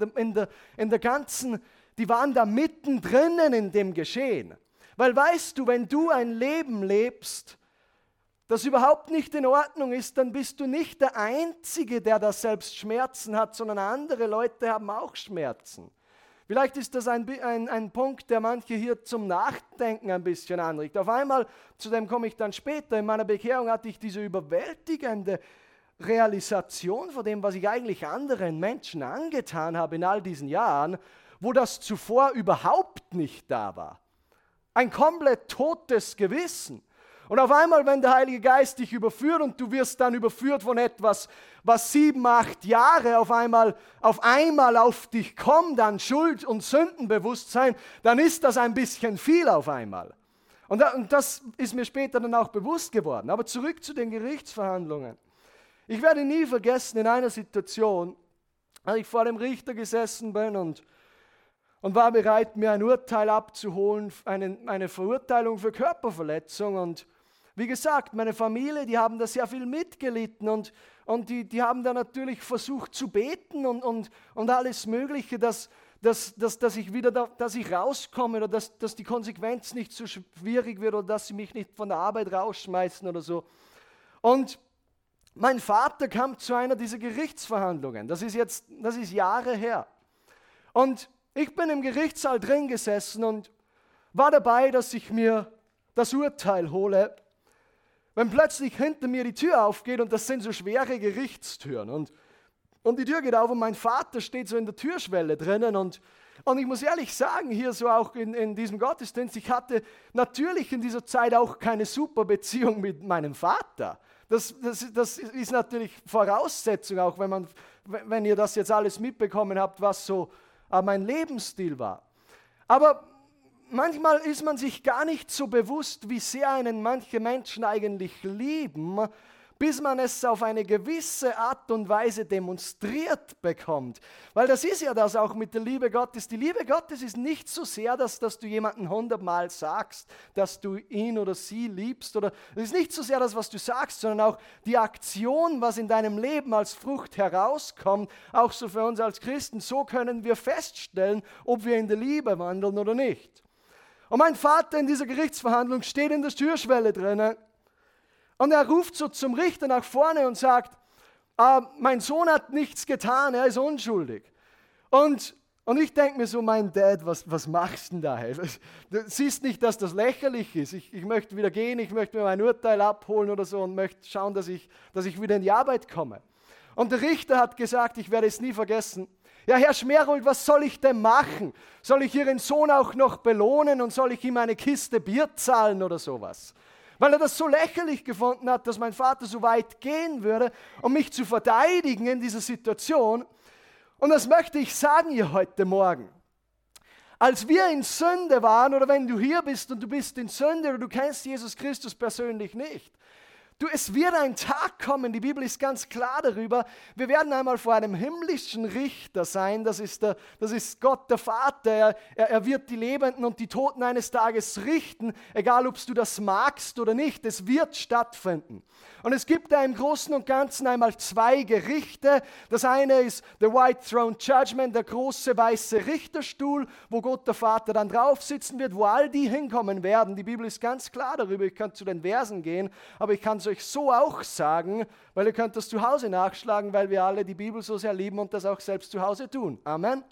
die waren da mittendrin in dem Geschehen. Weil weißt du, wenn du ein Leben lebst, das überhaupt nicht in Ordnung ist, dann bist du nicht der Einzige, der da selbst Schmerzen hat, sondern andere Leute haben auch Schmerzen. Vielleicht ist das ein Punkt, der manche hier zum Nachdenken ein bisschen anregt. Auf einmal, zu dem komme ich dann später, in meiner Bekehrung hatte ich diese überwältigende Realisation von dem, was ich eigentlich anderen Menschen angetan habe in all diesen Jahren, wo das zuvor überhaupt nicht da war. Ein komplett totes Gewissen. Und auf einmal, wenn der Heilige Geist dich überführt und du wirst dann überführt von etwas, was 7, 8 Jahre auf einmal auf dich kommt, an Schuld und Sündenbewusstsein, dann ist das ein bisschen viel auf einmal. Und das ist mir später dann auch bewusst geworden. Aber zurück zu den Gerichtsverhandlungen. Ich werde nie vergessen, in einer Situation, als ich vor dem Richter gesessen bin und war bereit, mir ein Urteil abzuholen, eine Verurteilung für Körperverletzung. Und wie gesagt, meine Familie, die haben da sehr viel mitgelitten und die haben da natürlich versucht zu beten und alles Mögliche, dass ich rauskomme oder dass die Konsequenz nicht so schwierig wird oder dass sie mich nicht von der Arbeit rausschmeißen oder so. Und mein Vater kam zu einer dieser Gerichtsverhandlungen. Das ist Jahre her. Und ich bin im Gerichtssaal drin gesessen und war dabei, dass ich mir das Urteil hole, wenn plötzlich hinter mir die Tür aufgeht und das sind so schwere Gerichtstüren und die Tür geht auf und mein Vater steht so in der Türschwelle drinnen und ich muss ehrlich sagen, hier so auch in diesem Gottesdienst, ich hatte natürlich in dieser Zeit auch keine super Beziehung mit meinem Vater. Das ist natürlich Voraussetzung, auch wenn ihr das jetzt alles mitbekommen habt, was so mein Lebensstil war. Aber manchmal ist man sich gar nicht so bewusst, wie sehr einen manche Menschen eigentlich lieben, bis man es auf eine gewisse Art und Weise demonstriert bekommt. Weil das ist ja das auch mit der Liebe Gottes. Die Liebe Gottes ist nicht so sehr, dass du jemanden 100-mal sagst, dass du ihn oder sie liebst. Oder es ist nicht so sehr das, was du sagst, sondern auch die Aktion, was in deinem Leben als Frucht herauskommt, auch so für uns als Christen. So können wir feststellen, ob wir in der Liebe wandeln oder nicht. Und mein Vater in dieser Gerichtsverhandlung steht in der Türschwelle drinnen und er ruft so zum Richter nach vorne und sagt, mein Sohn hat nichts getan, er ist unschuldig. Und ich denke mir so, mein Dad, was machst du denn da? Du siehst nicht, dass das lächerlich ist. Ich möchte wieder gehen, ich möchte mir mein Urteil abholen oder so und möchte schauen, dass ich wieder in die Arbeit komme. Und der Richter hat gesagt, ich werde es nie vergessen, ja, Herr Schmerold, was soll ich denn machen? Soll ich Ihren Sohn auch noch belohnen und soll ich ihm eine Kiste Bier zahlen oder sowas? Weil er das so lächerlich gefunden hat, dass mein Vater so weit gehen würde, um mich zu verteidigen in dieser Situation. Und das möchte ich sagen hier heute Morgen. Als wir in Sünde waren oder wenn du hier bist und du bist in Sünde oder du kennst Jesus Christus persönlich nicht, es wird ein Tag kommen, die Bibel ist ganz klar darüber, wir werden einmal vor einem himmlischen Richter sein, das ist Gott der Vater, er wird die Lebenden und die Toten eines Tages richten, egal ob du das magst oder nicht, es wird stattfinden. Und es gibt da im Großen und Ganzen einmal zwei Gerichte, das eine ist the White Throne Judgment, der große weiße Richterstuhl, wo Gott der Vater dann drauf sitzen wird, wo all die hinkommen werden, die Bibel ist ganz klar darüber, ich kann zu den Versen gehen, aber ich kann es euch so auch sagen, weil ihr könnt das zu Hause nachschlagen, weil wir alle die Bibel so sehr lieben und das auch selbst zu Hause tun. Amen.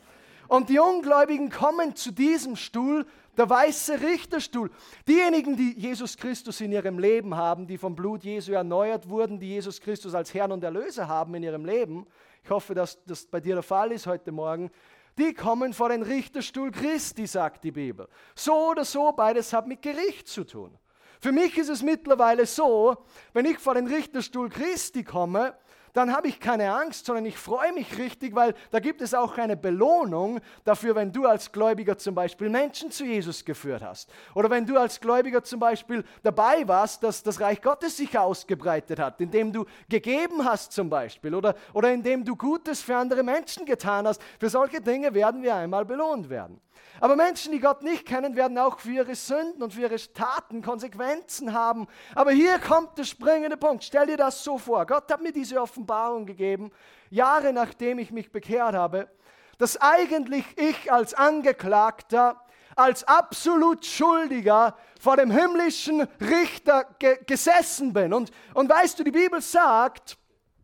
Und die Ungläubigen kommen zu diesem Stuhl, der weiße Richterstuhl. Diejenigen, die Jesus Christus in ihrem Leben haben, die vom Blut Jesu erneuert wurden, die Jesus Christus als Herrn und Erlöser haben in ihrem Leben, ich hoffe, dass das bei dir der Fall ist heute Morgen, die kommen vor den Richterstuhl Christi, sagt die Bibel. So oder so, beides hat mit Gericht zu tun. Für mich ist es mittlerweile so, wenn ich vor den Richterstuhl Christi komme, dann habe ich keine Angst, sondern ich freue mich richtig, weil da gibt es auch eine Belohnung dafür, wenn du als Gläubiger zum Beispiel Menschen zu Jesus geführt hast. Oder wenn du als Gläubiger zum Beispiel dabei warst, dass das Reich Gottes sich ausgebreitet hat, indem du gegeben hast zum Beispiel oder indem du Gutes für andere Menschen getan hast. Für solche Dinge werden wir einmal belohnt werden. Aber Menschen, die Gott nicht kennen, werden auch für ihre Sünden und für ihre Taten Konsequenzen haben. Aber hier kommt der springende Punkt. Stell dir das so vor. Gott hat mir diese Offenbarung gegeben, Jahre nachdem ich mich bekehrt habe, dass eigentlich ich als Angeklagter, als absolut Schuldiger vor dem himmlischen Richter gesessen bin. Und weißt du, die Bibel sagt,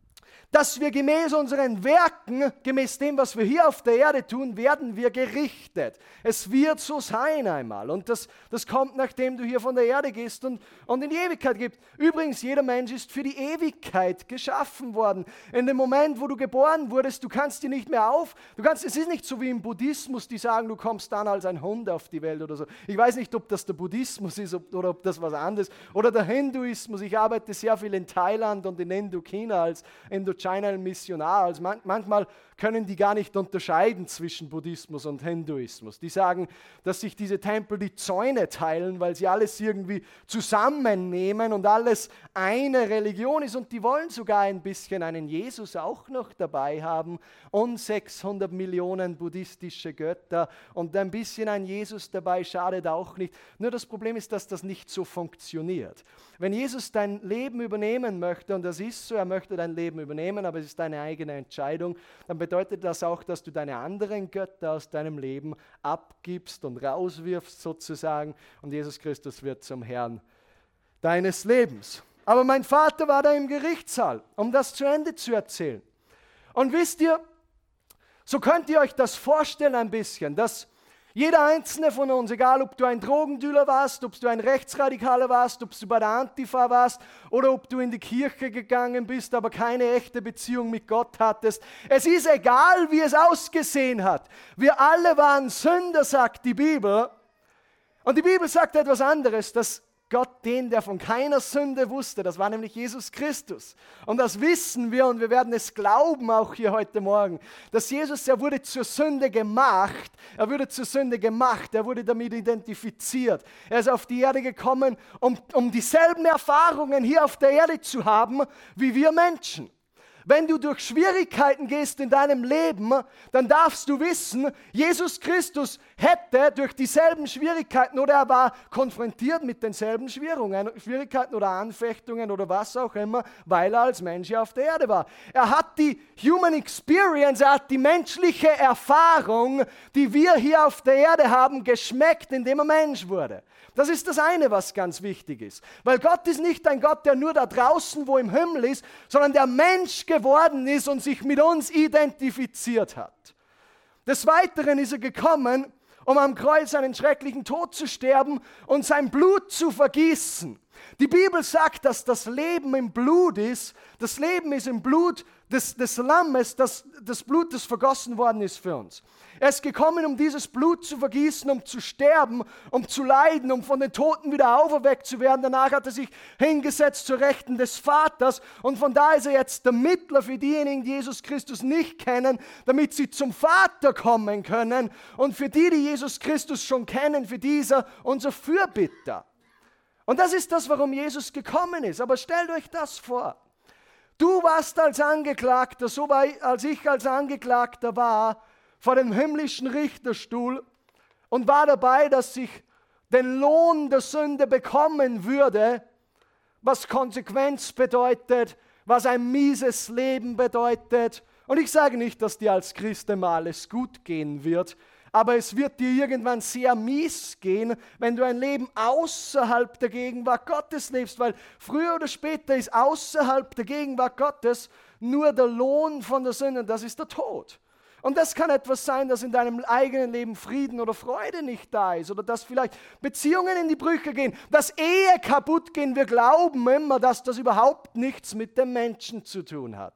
dass wir gemäß unseren Werken, gemäß dem, was wir hier auf der Erde tun, werden wir gerichtet. Es wird so sein einmal. Und das kommt, nachdem du hier von der Erde gehst und in die Ewigkeit gehst. Übrigens, jeder Mensch ist für die Ewigkeit geschaffen worden. In dem Moment, wo du geboren wurdest, du kannst dir nicht mehr es ist nicht so wie im Buddhismus, die sagen, du kommst dann als ein Hund auf die Welt oder so. Ich weiß nicht, ob das der Buddhismus ist oder ob das was anderes. Oder der Hinduismus. Ich arbeite sehr viel in Thailand und in Indochina als Missionar. Also manchmal können die gar nicht unterscheiden zwischen Buddhismus und Hinduismus. Die sagen, dass sich diese Tempel die Zäune teilen, weil sie alles irgendwie zusammennehmen und alles eine Religion ist. Und die wollen sogar ein bisschen einen Jesus auch noch dabei haben und 600 Millionen buddhistische Götter und ein bisschen ein Jesus dabei schadet auch nicht. Nur das Problem ist, dass das nicht so funktioniert. Wenn Jesus dein Leben übernehmen möchte, und das ist so, er möchte dein Leben übernehmen, aber es ist deine eigene Entscheidung, dann bedeutet das auch, dass du deine anderen Götter aus deinem Leben abgibst und rauswirfst sozusagen und Jesus Christus wird zum Herrn deines Lebens. Aber mein Vater war da im Gerichtssaal, um das zu Ende zu erzählen. Und wisst ihr, so könnt ihr euch das vorstellen ein bisschen, dass jeder einzelne von uns, egal ob du ein Drogendealer warst, ob du ein Rechtsradikaler warst, ob du bei der Antifa warst oder ob du in die Kirche gegangen bist, aber keine echte Beziehung mit Gott hattest. Es ist egal, wie es ausgesehen hat. Wir alle waren Sünder, sagt die Bibel. Und die Bibel sagt etwas anderes, dass Gott den, der von keiner Sünde wusste. Das war nämlich Jesus Christus. Und das wissen wir und wir werden es glauben auch hier heute Morgen, dass Jesus, er wurde zur Sünde gemacht. Er wurde damit identifiziert. Er ist auf die Erde gekommen, um dieselben Erfahrungen hier auf der Erde zu haben, wie wir Menschen. Wenn du durch Schwierigkeiten gehst in deinem Leben, dann darfst du wissen, Jesus Christus hätte durch dieselben Schwierigkeiten oder er war konfrontiert mit denselben Schwierigkeiten oder Anfechtungen oder was auch immer, weil er als Mensch hier auf der Erde war. Er hat die Human Experience, er hat die menschliche Erfahrung, die wir hier auf der Erde haben, geschmeckt, indem er Mensch wurde. Das ist das eine, was ganz wichtig ist. Weil Gott ist nicht ein Gott, der nur da draußen, wo im Himmel ist, sondern der Mensch geworden ist und sich mit uns identifiziert hat. Des Weiteren ist er gekommen, um am Kreuz einen schrecklichen Tod zu sterben und sein Blut zu vergießen. Die Bibel sagt, dass das Leben im Blut ist. Das Leben ist im Blut des Lammes, das Blut, das vergossen worden ist für uns. Er ist gekommen, um dieses Blut zu vergießen, um zu sterben, um zu leiden, um von den Toten wieder auferweckt zu werden. Danach hat er sich hingesetzt zur Rechten des Vaters und von da ist er jetzt der Mittler für diejenigen, die Jesus Christus nicht kennen, damit sie zum Vater kommen können. Und für die Jesus Christus schon kennen, für die ist er unser Fürbitter. Und das ist das, warum Jesus gekommen ist. Aber stellt euch das vor. Du warst als Angeklagter, so als ich als Angeklagter war, vor dem himmlischen Richterstuhl und war dabei, dass ich den Lohn der Sünde bekommen würde, was Konsequenz bedeutet, was ein mieses Leben bedeutet. Und ich sage nicht, dass dir als Christ immer alles gut gehen wird, aber es wird dir irgendwann sehr mies gehen, wenn du ein Leben außerhalb der Gegenwart Gottes lebst, weil früher oder später ist außerhalb der Gegenwart Gottes nur der Lohn von der Sünde, das ist der Tod. Und das kann etwas sein, dass in deinem eigenen Leben Frieden oder Freude nicht da ist oder dass vielleicht Beziehungen in die Brüche gehen, dass Ehe kaputt gehen. Wir glauben immer, dass das überhaupt nichts mit dem Menschen zu tun hat.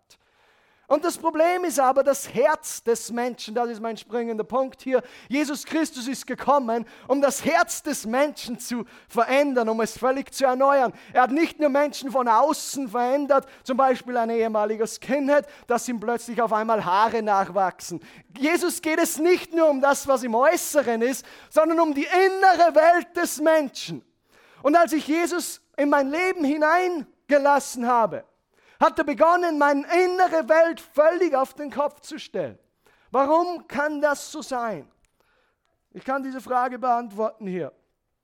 Und das Problem ist aber das Herz des Menschen, das ist mein springender Punkt hier. Jesus Christus ist gekommen, um das Herz des Menschen zu verändern, um es völlig zu erneuern. Er hat nicht nur Menschen von außen verändert, zum Beispiel ein ehemaliger Skinhead, dass ihm plötzlich auf einmal Haare nachwachsen. Jesus geht es nicht nur um das, was im Äußeren ist, sondern um die innere Welt des Menschen. Und als ich Jesus in mein Leben hineingelassen habe, hat er begonnen, meine innere Welt völlig auf den Kopf zu stellen. Warum kann das so sein? Ich kann diese Frage beantworten hier.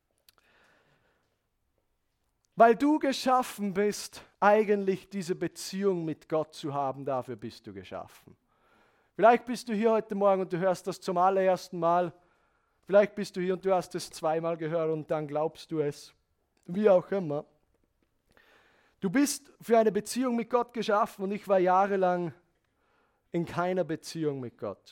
Weil du geschaffen bist, eigentlich diese Beziehung mit Gott zu haben, dafür bist du geschaffen. Vielleicht bist du hier heute Morgen und du hörst das zum allerersten Mal. Vielleicht bist du hier und du hast es zweimal gehört und dann glaubst du es. Wie auch immer. Du bist für eine Beziehung mit Gott geschaffen und ich war jahrelang in keiner Beziehung mit Gott.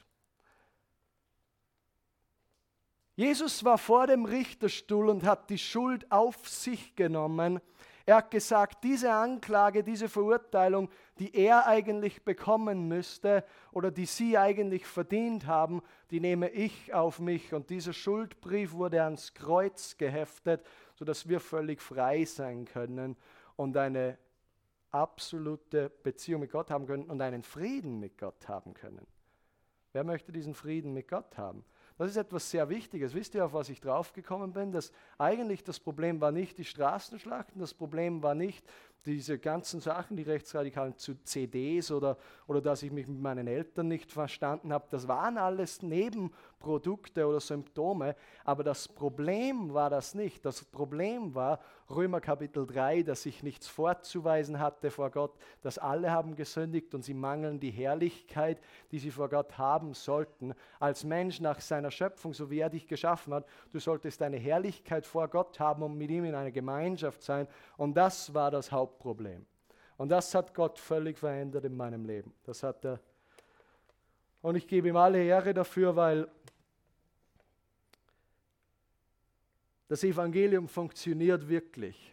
Jesus war vor dem Richterstuhl und hat die Schuld auf sich genommen. Er hat gesagt, diese Anklage, diese Verurteilung, die er eigentlich bekommen müsste oder die sie eigentlich verdient haben, die nehme ich auf mich. Und dieser Schuldbrief wurde ans Kreuz geheftet, sodass wir völlig frei sein können und eine absolute Beziehung mit Gott haben können und einen Frieden mit Gott haben können. Wer möchte diesen Frieden mit Gott haben? Das ist etwas sehr Wichtiges. Wisst ihr, auf was ich draufgekommen bin? Dass eigentlich das Problem war nicht die Straßenschlachten, das Problem war nicht diese ganzen Sachen, die Rechtsradikalen zu CDs oder dass ich mich mit meinen Eltern nicht verstanden habe. Das waren alles Nebenprodukte oder Symptome, aber das Problem war das nicht. Das Problem war Römer Kapitel 3, dass ich nichts vorzuweisen hatte vor Gott, dass alle haben gesündigt und sie mangeln die Herrlichkeit, die sie vor Gott haben sollten. Als Mensch nach seiner Schöpfung, so wie er dich geschaffen hat, du solltest eine Herrlichkeit vor Gott haben und mit ihm in einer Gemeinschaft sein. Und das war das Hauptproblem. Und das hat Gott völlig verändert in meinem Leben. Das hat er. Und ich gebe ihm alle Ehre dafür, weil das Evangelium funktioniert wirklich.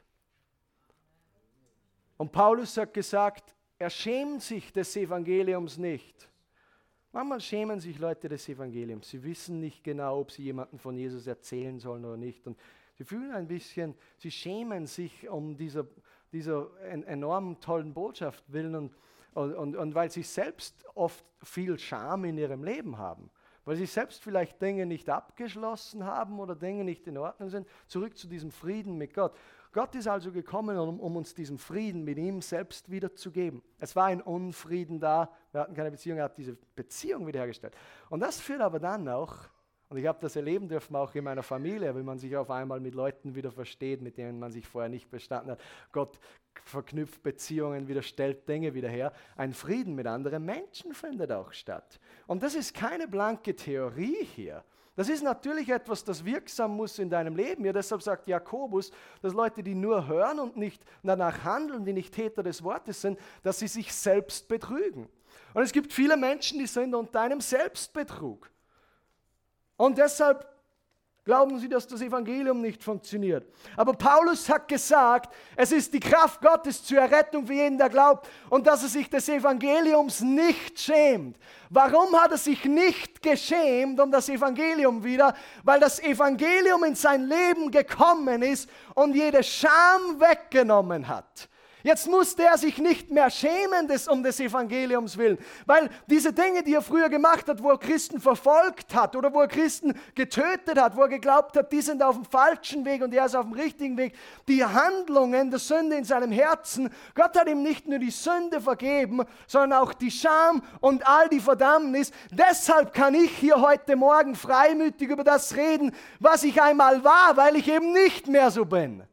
Und Paulus hat gesagt, er schämt sich des Evangeliums nicht. Manchmal schämen sich Leute des Evangeliums. Sie wissen nicht genau, ob sie jemandem von Jesus erzählen sollen oder nicht. Und Sie fühlen ein bisschen, sie schämen sich um dieser enorm tollen Botschaft willen und weil sie selbst oft viel Scham in ihrem Leben haben. Weil sie selbst vielleicht Dinge nicht abgeschlossen haben oder Dinge nicht in Ordnung sind, zurück zu diesem Frieden mit Gott. Gott ist also gekommen, um uns diesen Frieden mit ihm selbst wiederzugeben. Es war ein Unfrieden da, wir hatten keine Beziehung, er hat diese Beziehung wiederhergestellt. Und das führt aber dann auch, und ich habe das erleben dürfen auch in meiner Familie, wenn man sich auf einmal mit Leuten wieder versteht, mit denen man sich vorher nicht verstanden hat. Gott verknüpft Beziehungen wieder, stellt Dinge wieder her. Ein Frieden mit anderen Menschen findet auch statt. Und das ist keine blanke Theorie hier. Das ist natürlich etwas, das wirksam muss in deinem Leben. Ja, deshalb sagt Jakobus, dass Leute, die nur hören und nicht danach handeln, die nicht Täter des Wortes sind, dass sie sich selbst betrügen. Und es gibt viele Menschen, die sind unter einem Selbstbetrug. Und deshalb glauben sie, dass das Evangelium nicht funktioniert. Aber Paulus hat gesagt, es ist die Kraft Gottes zur Errettung für jeden, der glaubt, und dass er sich des Evangeliums nicht schämt. Warum hat er sich nicht geschämt um das Evangelium wieder? Weil das Evangelium in sein Leben gekommen ist und jede Scham weggenommen hat. Jetzt musste er sich nicht mehr schämen um des Evangeliums willen, weil diese Dinge, die er früher gemacht hat, wo er Christen verfolgt hat oder wo er Christen getötet hat, wo er geglaubt hat, die sind auf dem falschen Weg und er ist auf dem richtigen Weg, die Handlungen der Sünde in seinem Herzen, Gott hat ihm nicht nur die Sünde vergeben, sondern auch die Scham und all die Verdammnis. Deshalb kann ich hier heute Morgen freimütig über das reden, was ich einmal war, weil ich eben nicht mehr so bin.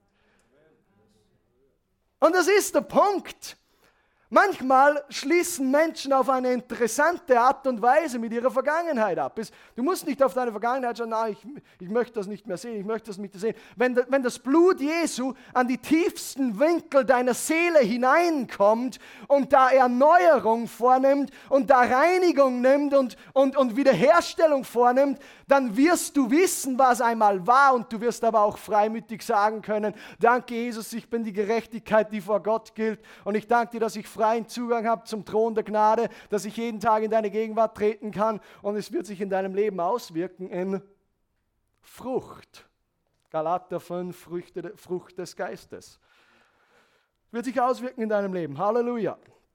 Und das ist der Punkt. Manchmal schließen Menschen auf eine interessante Art und Weise mit ihrer Vergangenheit ab. Du musst nicht auf deine Vergangenheit schauen, ich möchte das nicht mehr sehen, ich möchte das nicht mehr sehen. Wenn das Blut Jesu an die tiefsten Winkel deiner Seele hineinkommt und da Erneuerung vornimmt und da Reinigung nimmt und Wiederherstellung vornimmt, dann wirst du wissen, was einmal war und du wirst aber auch freimütig sagen können, danke Jesus, ich bin die Gerechtigkeit, die vor Gott gilt und ich danke dir, dass ich freien Zugang habe zum Thron der Gnade, dass ich jeden Tag in deine Gegenwart treten kann und es wird sich in deinem Leben auswirken in Frucht. Galater 5, Frucht des Geistes. Wird sich auswirken in deinem Leben. Halleluja.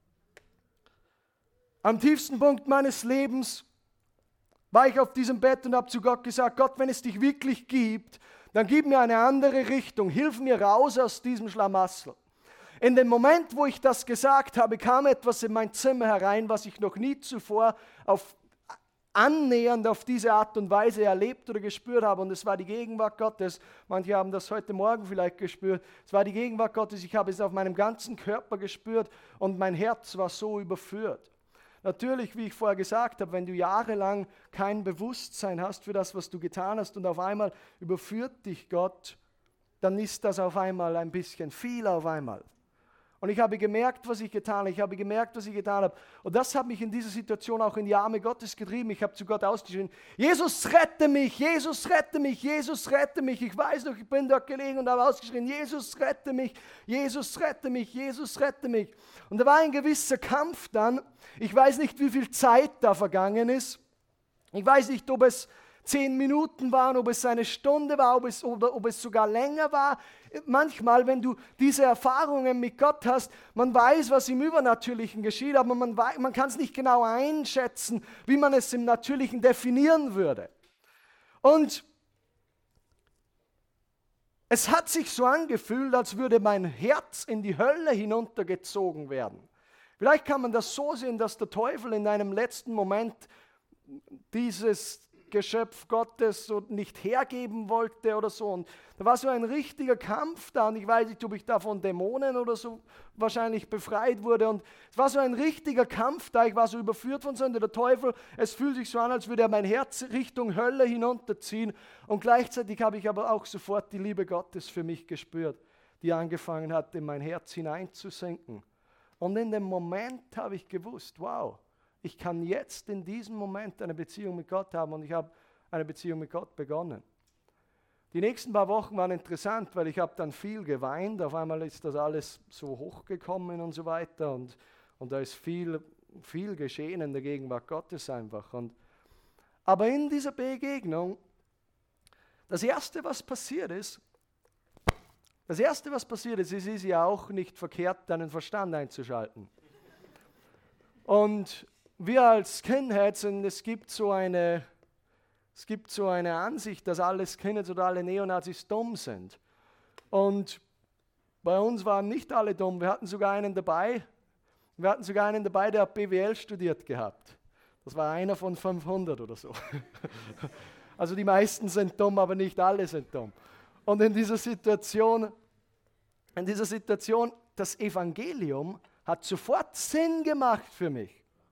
Am tiefsten Punkt meines Lebens war ich auf diesem Bett und habe zu Gott gesagt, Gott, wenn es dich wirklich gibt, dann gib mir eine andere Richtung. Hilf mir raus aus diesem Schlamassel. In dem Moment, wo ich das gesagt habe, kam etwas in mein Zimmer herein, was ich noch nie zuvor annähernd auf diese Art und Weise erlebt oder gespürt habe. Und es war die Gegenwart Gottes. Manche haben das heute Morgen vielleicht gespürt. Es war die Gegenwart Gottes. Ich habe es auf meinem ganzen Körper gespürt und mein Herz war so überführt. Natürlich, wie ich vorher gesagt habe, wenn du jahrelang kein Bewusstsein hast für das, was du getan hast und auf einmal überführt dich Gott, dann ist das auf einmal ein bisschen viel auf einmal. Und ich habe gemerkt, was ich getan habe. Ich habe gemerkt, was ich getan habe. Und das hat mich in dieser Situation auch in die Arme Gottes getrieben. Ich habe zu Gott ausgeschrien, Jesus, rette mich, Jesus, rette mich, Jesus, rette mich. Ich weiß noch, ich bin dort gelegen und habe ausgeschrien, Jesus, rette mich, Jesus, rette mich, Jesus, rette mich. Und da war ein gewisser Kampf dann. Ich weiß nicht, wie viel Zeit da vergangen ist. Ich weiß nicht, ob es 10 Minuten waren, ob es eine Stunde war, ob es sogar länger war. Manchmal, wenn du diese Erfahrungen mit Gott hast, man weiß, was im Übernatürlichen geschieht, aber man kann es nicht genau einschätzen, wie man es im Natürlichen definieren würde. Und es hat sich so angefühlt, als würde mein Herz in die Hölle hinuntergezogen werden. Vielleicht kann man das so sehen, dass der Teufel in einem letzten Moment dieses Geschöpf Gottes so nicht hergeben wollte oder so. Und da war so ein richtiger Kampf da und ich weiß nicht, ob ich da von Dämonen oder so wahrscheinlich befreit wurde. Und es war so ein richtiger Kampf da, ich war so überführt von Sünde. Der Teufel, es fühlt sich so an, als würde er mein Herz Richtung Hölle hinunterziehen. Und gleichzeitig habe ich aber auch sofort die Liebe Gottes für mich gespürt, die angefangen hat, in mein Herz hineinzusinken. Und in dem Moment habe ich gewusst, wow, ich kann jetzt in diesem Moment eine Beziehung mit Gott haben und ich habe eine Beziehung mit Gott begonnen. Die nächsten paar Wochen waren interessant, weil ich habe dann viel geweint. Auf einmal ist das alles so hochgekommen und so weiter und da ist viel geschehen in der Gegenwart Gottes einfach. Aber in dieser Begegnung, das Erste, was passiert ist, Das Erste, was passiert ist, es ist ja auch nicht verkehrt, deinen Verstand einzuschalten. Und wir als Skinheads, und es gibt so eine Ansicht, dass alle Skinheads oder alle Neonazis dumm sind. Und bei uns waren nicht alle dumm. Wir hatten sogar einen dabei, der hat BWL studiert gehabt. Das war einer von 500 oder so. Also die meisten sind dumm, aber nicht alle sind dumm. Und in dieser Situation, das Evangelium hat sofort Sinn gemacht für mich.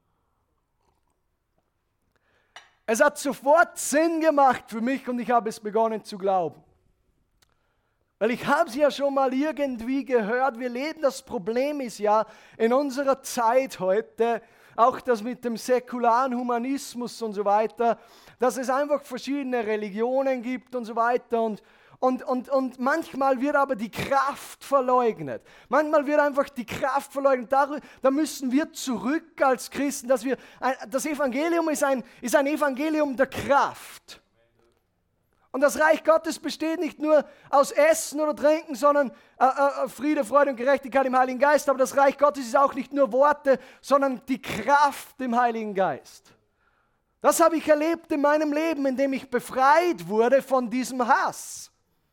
Es hat sofort Sinn gemacht für mich und ich habe es begonnen zu glauben. Weil ich habe es ja schon mal irgendwie gehört, das Problem ist ja in unserer Zeit heute, auch das mit dem säkularen Humanismus und so weiter, dass es einfach verschiedene Religionen gibt und so weiter und manchmal wird aber die Kraft verleugnet. Manchmal wird einfach die Kraft verleugnet. Da müssen wir zurück als Christen, das Evangelium ist ein Evangelium der Kraft. Und das Reich Gottes besteht nicht nur aus Essen oder Trinken, sondern Friede, Freude und Gerechtigkeit im Heiligen Geist. Aber das Reich Gottes ist auch nicht nur Worte, sondern die Kraft im Heiligen Geist. Das habe ich erlebt in meinem Leben, indem ich befreit wurde von diesem Hass.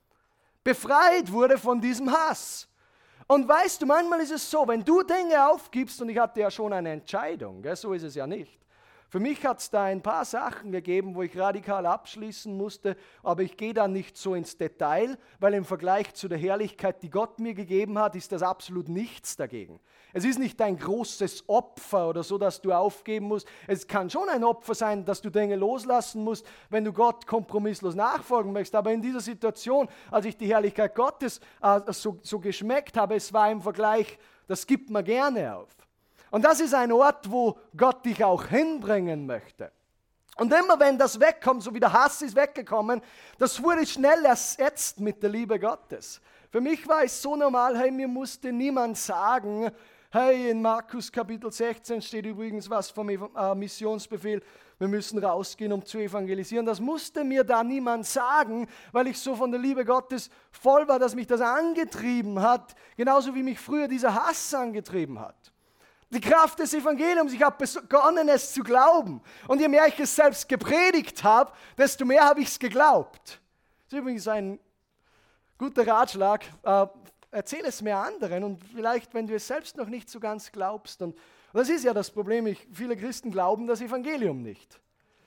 Und weißt du, manchmal ist es so, wenn du Dinge aufgibst, und ich hatte ja schon eine Entscheidung, gell, so ist es ja nicht. Für mich hat es da ein paar Sachen gegeben, wo ich radikal abschließen musste, aber ich gehe da nicht so ins Detail, weil im Vergleich zu der Herrlichkeit, die Gott mir gegeben hat, ist das absolut nichts dagegen. Es ist nicht ein großes Opfer oder so, dass du aufgeben musst. Es kann schon ein Opfer sein, dass du Dinge loslassen musst, wenn du Gott kompromisslos nachfolgen möchtest. Aber in dieser Situation, als ich die Herrlichkeit Gottes so geschmeckt habe, es war im Vergleich, das gibt man gerne auf. Und das ist ein Ort, wo Gott dich auch hinbringen möchte. Und immer wenn das wegkommt, so wie der Hass ist weggekommen, das wurde schnell ersetzt mit der Liebe Gottes. Für mich war es so normal, hey, mir musste niemand sagen, hey, in Markus Kapitel 16 steht übrigens was vom Missionsbefehl, wir müssen rausgehen, um zu evangelisieren. Das musste mir da niemand sagen, weil ich so von der Liebe Gottes voll war, dass mich das angetrieben hat, genauso wie mich früher dieser Hass angetrieben hat. Die Kraft des Evangeliums, ich habe begonnen, es zu glauben. Und je mehr ich es selbst gepredigt habe, desto mehr habe ich es geglaubt. Das ist übrigens ein guter Ratschlag. Erzähl es mehr anderen und vielleicht, wenn du es selbst noch nicht so ganz glaubst. Und das ist ja das Problem, viele Christen glauben das Evangelium nicht.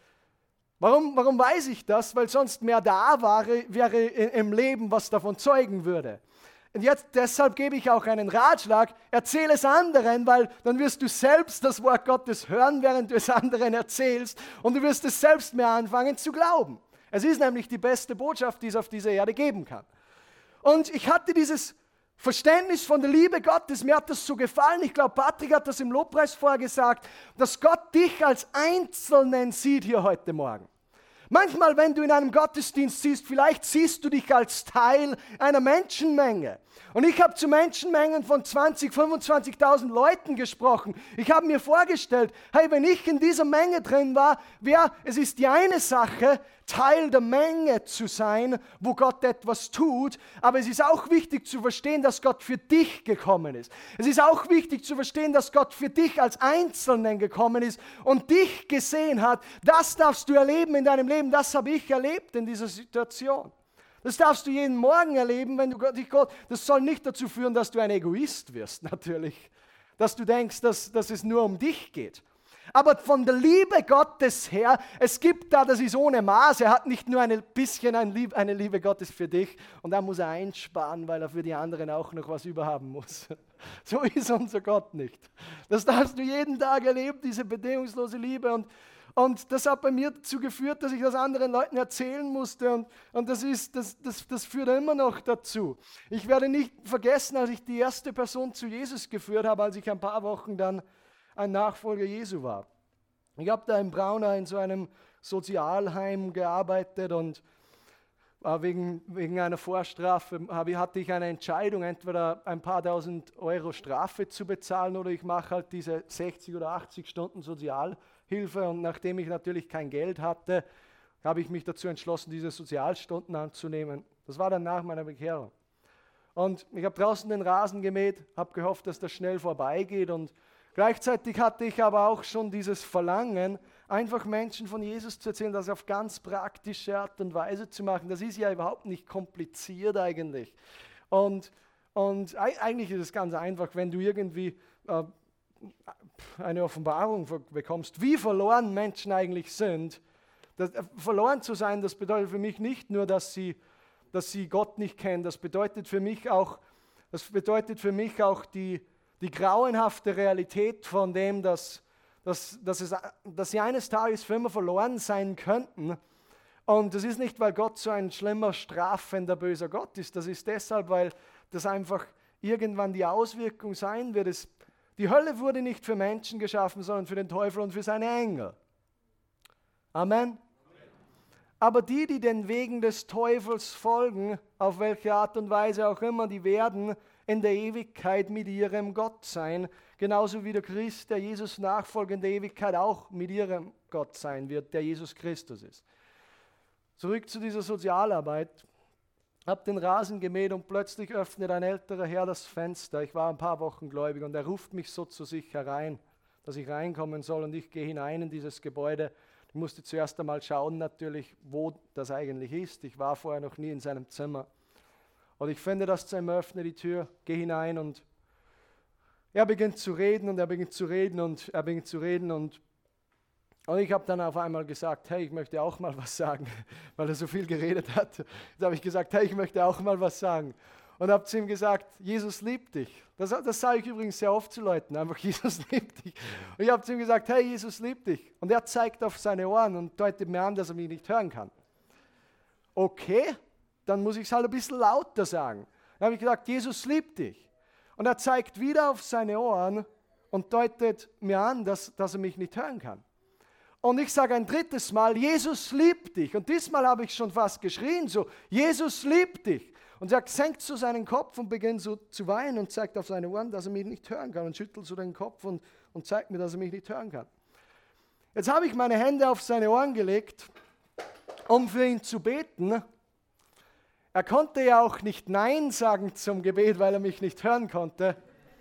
Warum weiß ich das? Weil sonst mehr da wäre im Leben, was davon zeugen würde. Und jetzt, deshalb gebe ich auch einen Ratschlag, erzähl es anderen, weil dann wirst du selbst das Wort Gottes hören, während du es anderen erzählst und du wirst es selbst mehr anfangen zu glauben. Es ist nämlich die beste Botschaft, die es auf dieser Erde geben kann. Und ich hatte dieses Verständnis von der Liebe Gottes, mir hat das so gefallen, ich glaube, Patrick hat das im Lobpreis vorher gesagt, dass Gott dich als Einzelnen sieht hier heute Morgen. Manchmal, wenn du in einem Gottesdienst siehst, vielleicht siehst du dich als Teil einer Menschenmenge. Und ich habe zu Menschenmengen von 20.000, 25.000 Leuten gesprochen. Ich habe mir vorgestellt, hey, wenn ich in dieser Menge drin war, es ist die eine Sache, Teil der Menge zu sein, wo Gott etwas tut, aber es ist auch wichtig zu verstehen, dass Gott für dich gekommen ist. Es ist auch wichtig zu verstehen, dass Gott für dich als Einzelnen gekommen ist und dich gesehen hat. Das darfst du erleben in deinem Leben, das habe ich erlebt in dieser Situation. Das darfst du jeden Morgen erleben, wenn du Gott. Das soll nicht dazu führen, dass du ein Egoist wirst, natürlich. Dass du denkst, dass es nur um dich geht. Aber von der Liebe Gottes her, es gibt da, das ist ohne Maß. Er hat nicht nur ein bisschen eine Liebe Gottes für dich und dann muss er einsparen, weil er für die anderen auch noch was überhaben muss. So ist unser Gott nicht. Das darfst du jeden Tag erleben, diese bedingungslose Liebe. Und das hat bei mir dazu geführt, dass ich das anderen Leuten erzählen musste. Und das führt immer noch dazu. Ich werde nicht vergessen, als ich die erste Person zu Jesus geführt habe, als ich ein paar Wochen dann ein Nachfolger Jesu war. Ich habe da in Braunau in so einem Sozialheim gearbeitet und wegen einer Vorstrafe hatte ich eine Entscheidung, entweder ein paar tausend Euro Strafe zu bezahlen oder ich mache halt diese 60 oder 80 Stunden Sozialhilfe. Und nachdem ich natürlich kein Geld hatte, habe ich mich dazu entschlossen, diese Sozialstunden anzunehmen. Das war dann nach meiner Bekehrung. Und ich habe draußen den Rasen gemäht, habe gehofft, dass das schnell vorbeigeht. Und gleichzeitig hatte ich aber auch schon dieses Verlangen, einfach Menschen von Jesus zu erzählen, das auf ganz praktische Art und Weise zu machen. Das ist ja überhaupt nicht kompliziert eigentlich. Und eigentlich ist es ganz einfach, wenn du irgendwie eine Offenbarung bekommst, wie verloren Menschen eigentlich sind. Verloren zu sein, das bedeutet für mich nicht nur, dass sie Gott nicht kennen, das bedeutet für mich auch die grauenhafte Realität von dem, dass sie eines Tages für immer verloren sein könnten. Und das ist nicht, weil Gott so ein schlimmer, strafender, böser Gott ist. Das ist deshalb, weil das einfach irgendwann die Auswirkung sein wird. Die Hölle wurde nicht für Menschen geschaffen, sondern für den Teufel und für seine Engel. Amen. Aber die den Wegen des Teufels folgen, auf welche Art und Weise auch immer, die werden in der Ewigkeit mit ihrem Gott sein. Genauso wie der Christ, der Jesus nachfolgt, in der Ewigkeit auch mit ihrem Gott sein wird, der Jesus Christus ist. Zurück zu dieser Sozialarbeit. Ich habe den Rasen gemäht und plötzlich öffnet ein älterer Herr das Fenster. Ich war ein paar Wochen gläubig und er ruft mich so zu sich herein, dass ich reinkommen soll, und ich gehe hinein in dieses Gebäude. Ich musste zuerst einmal schauen natürlich, wo das eigentlich ist. Ich war vorher noch nie in seinem Zimmer. Und ich finde das zu ihm, öffne die Tür, gehe hinein und er beginnt zu reden und er beginnt zu reden und er beginnt zu reden und ich habe dann auf einmal gesagt, hey, ich möchte auch mal was sagen, weil er so viel geredet hat. Jetzt habe ich gesagt, hey, ich möchte auch mal was sagen. Und habe zu ihm gesagt, Jesus liebt dich. Das sage ich übrigens sehr oft zu Leuten, einfach Jesus liebt dich. Und ich habe zu ihm gesagt, hey, Jesus liebt dich. Und er zeigt auf seine Ohren und deutet mir an, dass er mich nicht hören kann. Okay, dann muss ich es halt ein bisschen lauter sagen. Dann habe ich gesagt, Jesus liebt dich. Und er zeigt wieder auf seine Ohren und deutet mir an, dass er mich nicht hören kann. Und ich sage ein drittes Mal, Jesus liebt dich. Und diesmal habe ich schon fast geschrien, so, Jesus liebt dich. Und er senkt so seinen Kopf und beginnt so zu weinen und zeigt auf seine Ohren, dass er mich nicht hören kann. Und schüttelt so den Kopf und zeigt mir, dass er mich nicht hören kann. Jetzt habe ich meine Hände auf seine Ohren gelegt, um für ihn zu beten. Er konnte ja auch nicht Nein sagen zum Gebet, weil er mich nicht hören konnte.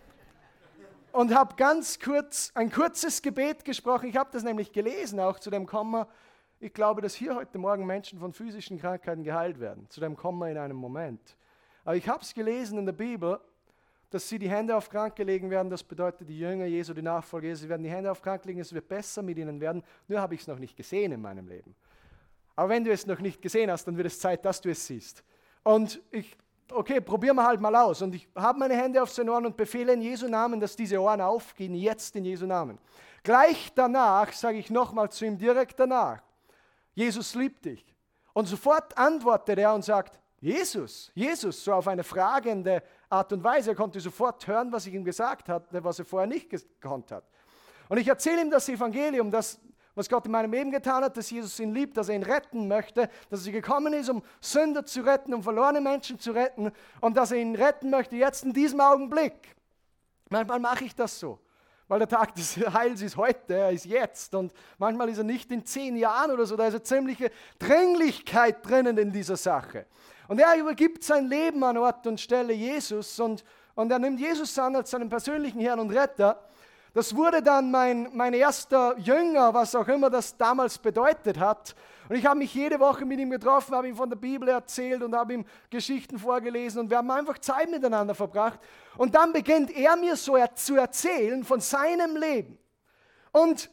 Und habe ganz kurz ein kurzes Gebet gesprochen. Ich habe das nämlich gelesen, auch zu dem Komma. Ich glaube, dass hier heute Morgen Menschen von physischen Krankheiten geheilt werden. Zu dem Komma in einem Moment. Aber ich habe es gelesen in der Bibel, dass sie die Hände auf Kranke legen werden. Das bedeutet, die Jünger Jesu, die Nachfolger Jesu, sie werden die Hände auf Kranke legen. Es wird besser mit ihnen werden. Nur habe ich es noch nicht gesehen in meinem Leben. Aber wenn du es noch nicht gesehen hast, dann wird es Zeit, dass du es siehst. Und okay, probieren wir halt mal aus. Und ich habe meine Hände auf seine Ohren und befehle in Jesu Namen, dass diese Ohren aufgehen, jetzt in Jesu Namen. Gleich danach sage ich nochmal zu ihm, direkt danach, Jesus liebt dich. Und sofort antwortet er und sagt, Jesus, so auf eine fragende Art und Weise. Er konnte sofort hören, was ich ihm gesagt hatte, was er vorher nicht gekonnt hat. Und ich erzähle ihm das Evangelium, das was Gott in meinem Leben getan hat, dass Jesus ihn liebt, dass er ihn retten möchte, dass er gekommen ist, um Sünder zu retten, um verlorene Menschen zu retten und dass er ihn retten möchte, jetzt in diesem Augenblick. Manchmal mache ich das so, weil der Tag des Heils ist heute, er ist jetzt und manchmal ist er nicht in 10 Jahren oder so, da ist eine ziemliche Dringlichkeit drinnen in dieser Sache. Und er übergibt sein Leben an Ort und Stelle Jesus und er nimmt Jesus an als seinen persönlichen Herrn und Retter. Das wurde dann mein erster Jünger, was auch immer das damals bedeutet hat. Und ich habe mich jede Woche mit ihm getroffen, habe ihm von der Bibel erzählt und habe ihm Geschichten vorgelesen und wir haben einfach Zeit miteinander verbracht. Und dann beginnt er mir so zu erzählen von seinem Leben. Und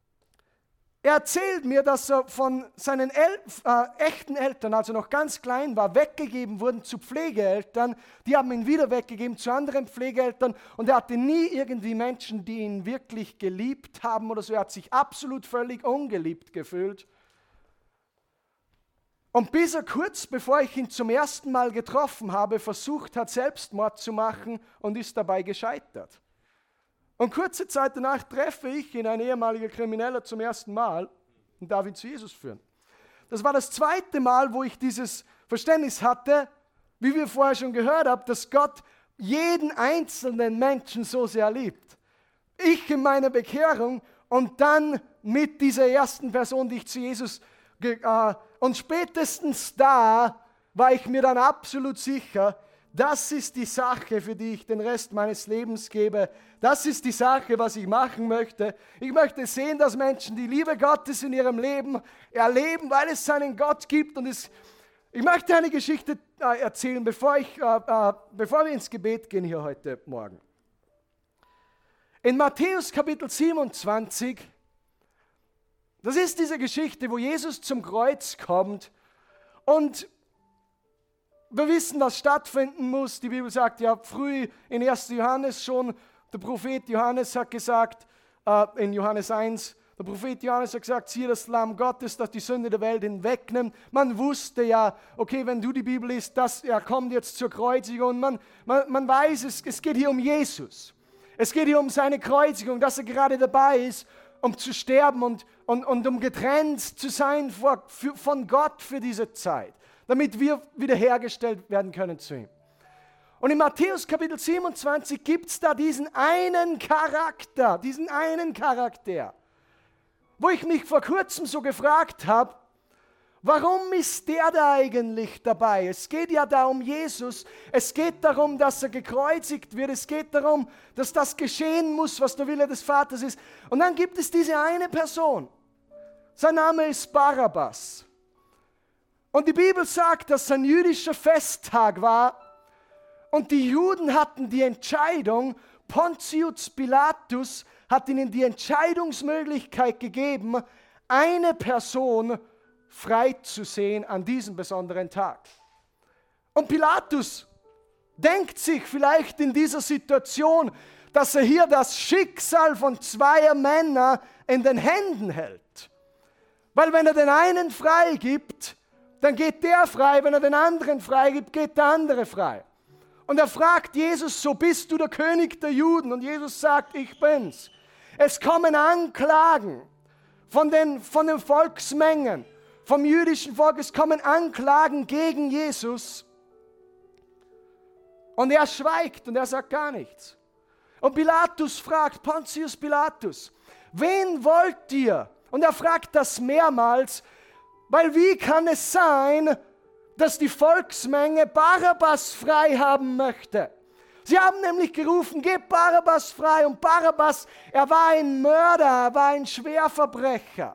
er erzählt mir, dass er von seinen echten Eltern, als er noch ganz klein war, weggegeben wurden zu Pflegeeltern. Die haben ihn wieder weggegeben zu anderen Pflegeeltern und er hatte nie irgendwie Menschen, die ihn wirklich geliebt haben oder so. Er hat sich absolut völlig ungeliebt gefühlt. Und bis er kurz bevor ich ihn zum ersten Mal getroffen habe, versucht hat, Selbstmord zu machen und ist dabei gescheitert. Und kurze Zeit danach treffe ich ihn, ein ehemaliger Krimineller, zum ersten Mal und darf ihn zu Jesus führen. Das war das zweite Mal, wo ich dieses Verständnis hatte, wie wir vorher schon gehört haben, dass Gott jeden einzelnen Menschen so sehr liebt. Ich in meiner Bekehrung und dann mit dieser ersten Person, die ich zu Jesus und spätestens da war ich mir dann absolut sicher, das ist die Sache, für die ich den Rest meines Lebens gebe. Das ist die Sache, was ich machen möchte. Ich möchte sehen, dass Menschen die Liebe Gottes in ihrem Leben erleben, weil es einen Gott gibt. Und ich möchte eine Geschichte erzählen, bevor wir ins Gebet gehen hier heute Morgen. In Matthäus Kapitel 27, das ist diese Geschichte, wo Jesus zum Kreuz kommt und wir wissen, was stattfinden muss. Die Bibel sagt ja früh in 1. Johannes schon, der Prophet Johannes hat gesagt, in Johannes 1, der Prophet Johannes hat gesagt, siehe das Lamm Gottes, das die Sünde der Welt hinwegnimmt. Man wusste ja, okay, wenn du die Bibel liest, er kommt jetzt zur Kreuzigung. Und man weiß, es geht hier um Jesus. Es geht hier um seine Kreuzigung, dass er gerade dabei ist, um zu sterben und um getrennt zu sein von Gott für diese Zeit, damit wir wiederhergestellt werden können zu ihm. Und in Matthäus Kapitel 27 gibt es da diesen einen Charakter, wo ich mich vor kurzem so gefragt habe, warum ist der da eigentlich dabei? Es geht ja da um Jesus, es geht darum, dass er gekreuzigt wird, es geht darum, dass das geschehen muss, was der Wille des Vaters ist. Und dann gibt es diese eine Person, sein Name ist Barabbas. Und die Bibel sagt, dass es ein jüdischer Festtag war und die Juden hatten die Entscheidung, Pontius Pilatus hat ihnen die Entscheidungsmöglichkeit gegeben, eine Person frei zu sehen an diesem besonderen Tag. Und Pilatus denkt sich vielleicht in dieser Situation, dass er hier das Schicksal von zweier Männern in den Händen hält. Weil wenn er den einen freigibt, dann geht der frei, wenn er den anderen freigibt, geht der andere frei. Und er fragt Jesus, so bist du der König der Juden? Und Jesus sagt, ich bin's. Es kommen Anklagen von den Volksmengen, vom jüdischen Volk, es kommen Anklagen gegen Jesus. Und er schweigt und er sagt gar nichts. Und Pilatus fragt, Pontius Pilatus, wen wollt ihr? Und er fragt das mehrmals, weil wie kann es sein, dass die Volksmenge Barabbas frei haben möchte? Sie haben nämlich gerufen, gebt Barabbas frei. Und Barabbas, er war ein Mörder, er war ein Schwerverbrecher.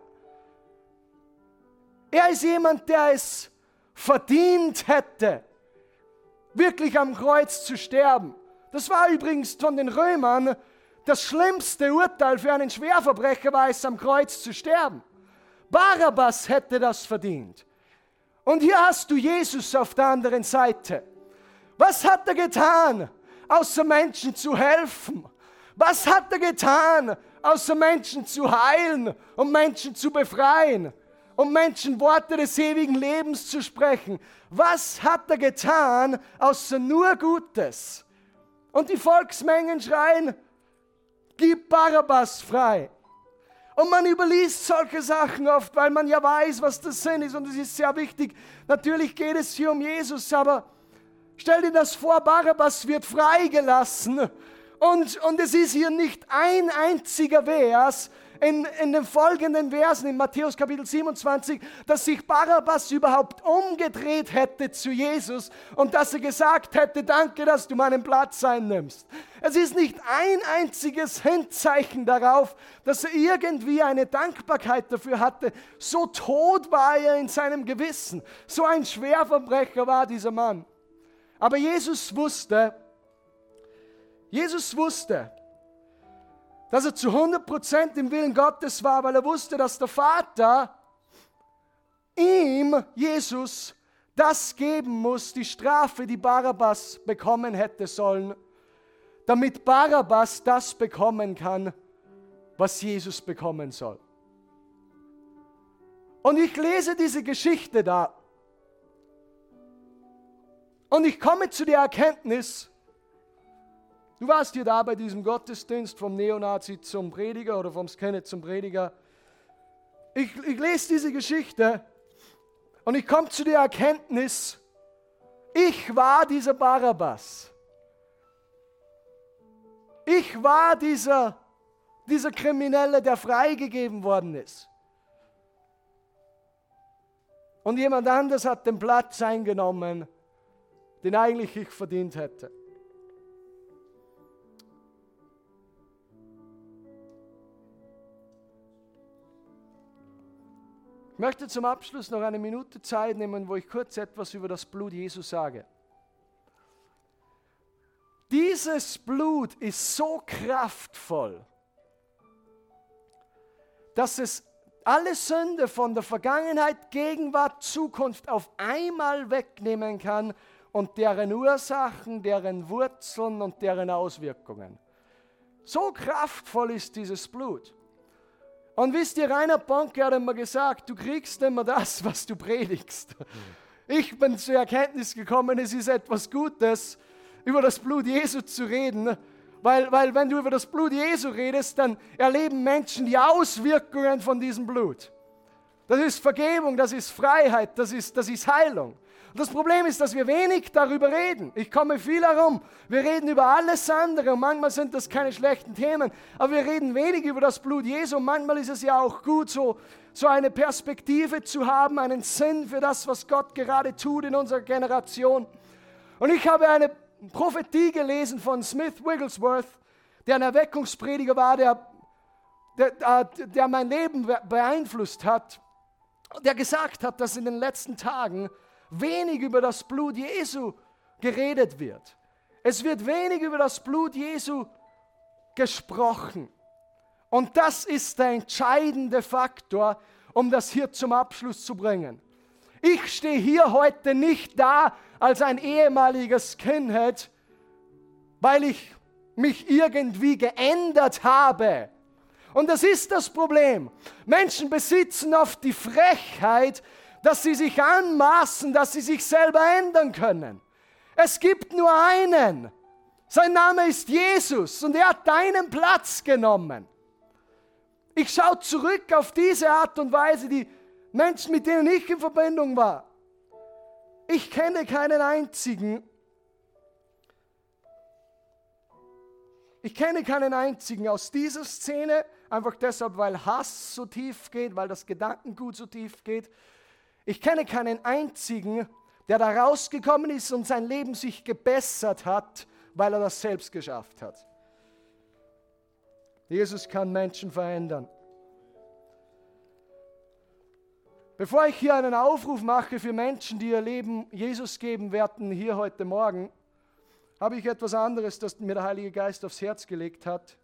Er ist jemand, der es verdient hätte, wirklich am Kreuz zu sterben. Das war übrigens von den Römern das schlimmste Urteil für einen Schwerverbrecher, war es, am Kreuz zu sterben. Barabbas hätte das verdient. Und hier hast du Jesus auf der anderen Seite. Was hat er getan, außer Menschen zu helfen? Was hat er getan, außer Menschen zu heilen und Menschen zu befreien? Um Menschen Worte des ewigen Lebens zu sprechen. Was hat er getan, außer nur Gutes? Und die Volksmengen schreien, gib Barabbas frei. Und man überliest solche Sachen oft, weil man ja weiß, was der Sinn ist und es ist sehr wichtig. Natürlich geht es hier um Jesus, aber stell dir das vor, Barabbas wird freigelassen und es ist hier nicht ein einziger Vers, in den folgenden Versen in Matthäus Kapitel 27, dass sich Barabbas überhaupt umgedreht hätte zu Jesus und dass er gesagt hätte, danke, dass du meinen Platz einnimmst. Es ist nicht ein einziges Hinzeichen darauf, dass er irgendwie eine Dankbarkeit dafür hatte. So tot war er in seinem Gewissen. So ein Schwerverbrecher war dieser Mann. Aber Jesus wusste, dass er zu 100% im Willen Gottes war, weil er wusste, dass der Vater ihm, Jesus, das geben muss, die Strafe, die Barabbas bekommen hätte sollen, damit Barabbas das bekommen kann, was Jesus bekommen soll. Und ich lese diese Geschichte da und ich komme zu der Erkenntnis, du warst hier da bei diesem Gottesdienst vom Neonazi zum Prediger oder vom Skinhead zum Prediger. Ich lese diese Geschichte und ich komme zu der Erkenntnis, ich war dieser Barabbas. Ich war dieser Kriminelle, der freigegeben worden ist. Und jemand anders hat den Platz eingenommen, den eigentlich ich verdient hätte. Ich möchte zum Abschluss noch eine Minute Zeit nehmen, wo ich kurz etwas über das Blut Jesu sage. Dieses Blut ist so kraftvoll, dass es alle Sünde von der Vergangenheit, Gegenwart, Zukunft auf einmal wegnehmen kann und deren Ursachen, deren Wurzeln und deren Auswirkungen. So kraftvoll ist dieses Blut. Und wisst ihr, Reinhard Bonke hat immer gesagt, du kriegst immer das, was du predigst. Ich bin zur Erkenntnis gekommen, es ist etwas Gutes, über das Blut Jesu zu reden, weil wenn du über das Blut Jesu redest, dann erleben Menschen die Auswirkungen von diesem Blut. Das ist Vergebung, das ist Freiheit, das ist Heilung. Und das Problem ist, dass wir wenig darüber reden. Ich komme viel herum. Wir reden über alles andere und manchmal sind das keine schlechten Themen, aber wir reden wenig über das Blut Jesu. Und manchmal ist es ja auch gut, so eine Perspektive zu haben, einen Sinn für das, was Gott gerade tut in unserer Generation. Und ich habe eine Prophetie gelesen von Smith Wigglesworth, der ein Erweckungsprediger war, der mein Leben beeinflusst hat, der gesagt hat, dass in den letzten Tagen wenig über das Blut Jesu geredet wird. Es wird wenig über das Blut Jesu gesprochen. Und das ist der entscheidende Faktor, um das hier zum Abschluss zu bringen. Ich stehe hier heute nicht da als ein ehemaliger Skinhead, weil ich mich irgendwie geändert habe. Und das ist das Problem. Menschen besitzen oft die Frechheit, dass sie sich anmaßen, dass sie sich selber ändern können. Es gibt nur einen. Sein Name ist Jesus und er hat deinen Platz genommen. Ich schaue zurück auf diese Art und Weise, die Menschen, mit denen ich in Verbindung war. Ich kenne keinen einzigen aus dieser Szene, einfach deshalb, weil Hass so tief geht, weil das Gedankengut so tief geht. Ich kenne keinen einzigen, der da rausgekommen ist und sein Leben sich gebessert hat, weil er das selbst geschafft hat. Jesus kann Menschen verändern. Bevor ich hier einen Aufruf mache für Menschen, die ihr Leben Jesus geben werden, hier heute Morgen, habe ich etwas anderes, das mir der Heilige Geist aufs Herz gelegt hat.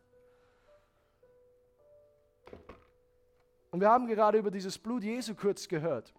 Und wir haben gerade über dieses Blut Jesu kurz gehört.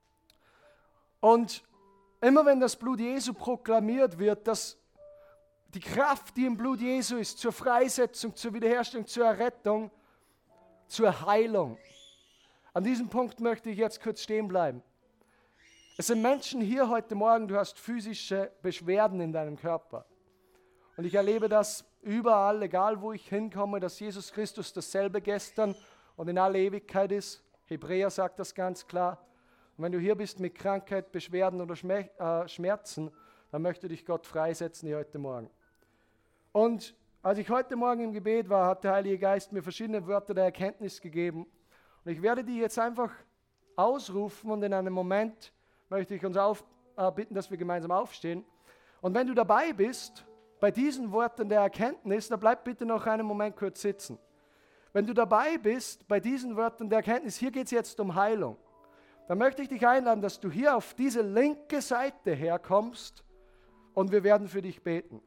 Und immer wenn das Blut Jesu proklamiert wird, dass die Kraft, die im Blut Jesu ist, zur Freisetzung, zur Wiederherstellung, zur Errettung, zur Heilung. An diesem Punkt möchte ich jetzt kurz stehen bleiben. Es sind Menschen hier heute Morgen, du hast physische Beschwerden in deinem Körper. Und ich erlebe das überall, egal wo ich hinkomme, dass Jesus Christus dasselbe gestern und in aller Ewigkeit ist. Hebräer sagt das ganz klar. Und wenn du hier bist mit Krankheit, Beschwerden oder Schmerzen, dann möchte dich Gott freisetzen hier heute Morgen. Und als ich heute Morgen im Gebet war, hat der Heilige Geist mir verschiedene Wörter der Erkenntnis gegeben. Und ich werde die jetzt einfach ausrufen und in einem Moment möchte ich uns bitten, dass wir gemeinsam aufstehen. Und wenn du dabei bist, bei diesen Worten der Erkenntnis, dann bleib bitte noch einen Moment kurz sitzen. Wenn du dabei bist, bei diesen Wörtern der Erkenntnis, hier geht es jetzt um Heilung. Dann möchte ich dich einladen, dass du hier auf diese linke Seite herkommst und wir werden für dich beten.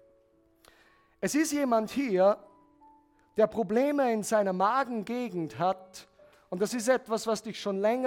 Es ist jemand hier, der Probleme in seiner Magengegend hat und das ist etwas, was dich schon länger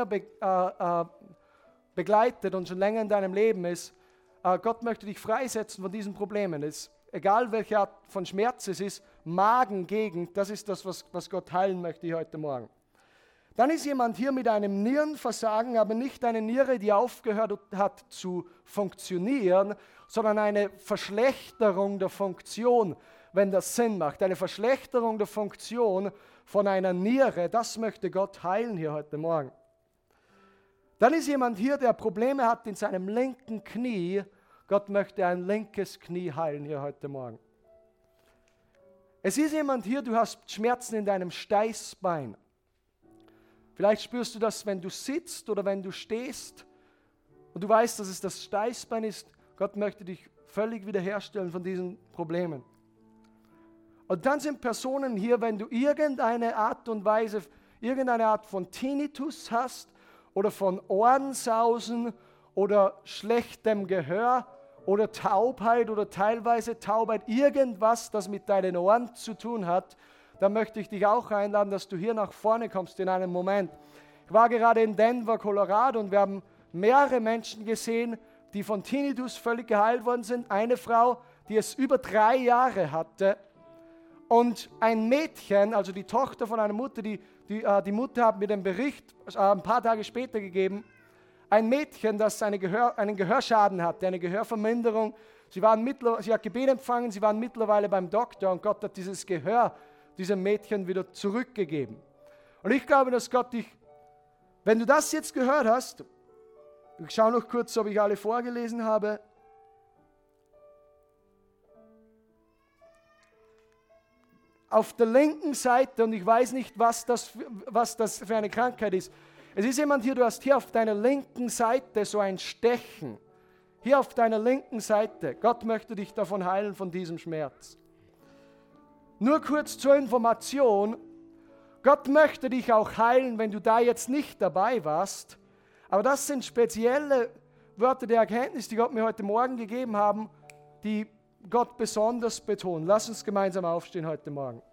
begleitet und schon länger in deinem Leben ist. Gott möchte dich freisetzen von diesen Problemen. Egal welche Art von Schmerz es ist, Magengegend, das ist das, was Gott heilen möchte hier heute Morgen. Dann ist jemand hier mit einem Nierenversagen, aber nicht eine Niere, die aufgehört hat zu funktionieren, sondern eine Verschlechterung der Funktion, wenn das Sinn macht. Eine Verschlechterung der Funktion von einer Niere, das möchte Gott heilen hier heute Morgen. Dann ist jemand hier, der Probleme hat in seinem linken Knie. Gott möchte ein linkes Knie heilen hier heute Morgen. Es ist jemand hier, du hast Schmerzen in deinem Steißbein. Vielleicht spürst du das, wenn du sitzt oder wenn du stehst und du weißt, dass es das Steißbein ist. Gott möchte dich völlig wiederherstellen von diesen Problemen. Und dann sind Personen hier, wenn du irgendeine Art von Tinnitus hast oder von Ohrensausen oder schlechtem Gehör oder Taubheit oder teilweise Taubheit, irgendwas, das mit deinen Ohren zu tun hat, dann möchte ich dich auch einladen, dass du hier nach vorne kommst in einem Moment. Ich war gerade in Denver, Colorado und wir haben mehrere Menschen gesehen, die von Tinnitus völlig geheilt worden sind. Eine Frau, die es über 3 Jahre hatte. Und ein Mädchen, also die Tochter von einer Mutter, die Mutter hat mir den Bericht ein paar Tage später gegeben, ein Mädchen, das einen Gehörschaden hatte, eine Gehörverminderung. Sie hat Gebet empfangen, sie waren mittlerweile beim Doktor und Gott hat dieses Gehör diesem Mädchen wieder zurückgegeben. Und ich glaube, dass Gott dich, wenn du das jetzt gehört hast, ich schaue noch kurz, ob ich alle vorgelesen habe. Auf der linken Seite, und ich weiß nicht, was das für eine Krankheit ist. Es ist jemand hier, du hast hier auf deiner linken Seite so ein Stechen. Hier auf deiner linken Seite. Gott möchte dich davon heilen, von diesem Schmerz. Nur kurz zur Information. Gott möchte dich auch heilen, wenn du da jetzt nicht dabei warst. Aber das sind spezielle Wörter der Erkenntnis, die Gott mir heute Morgen gegeben haben, die Gott besonders betont. Lass uns gemeinsam aufstehen heute Morgen.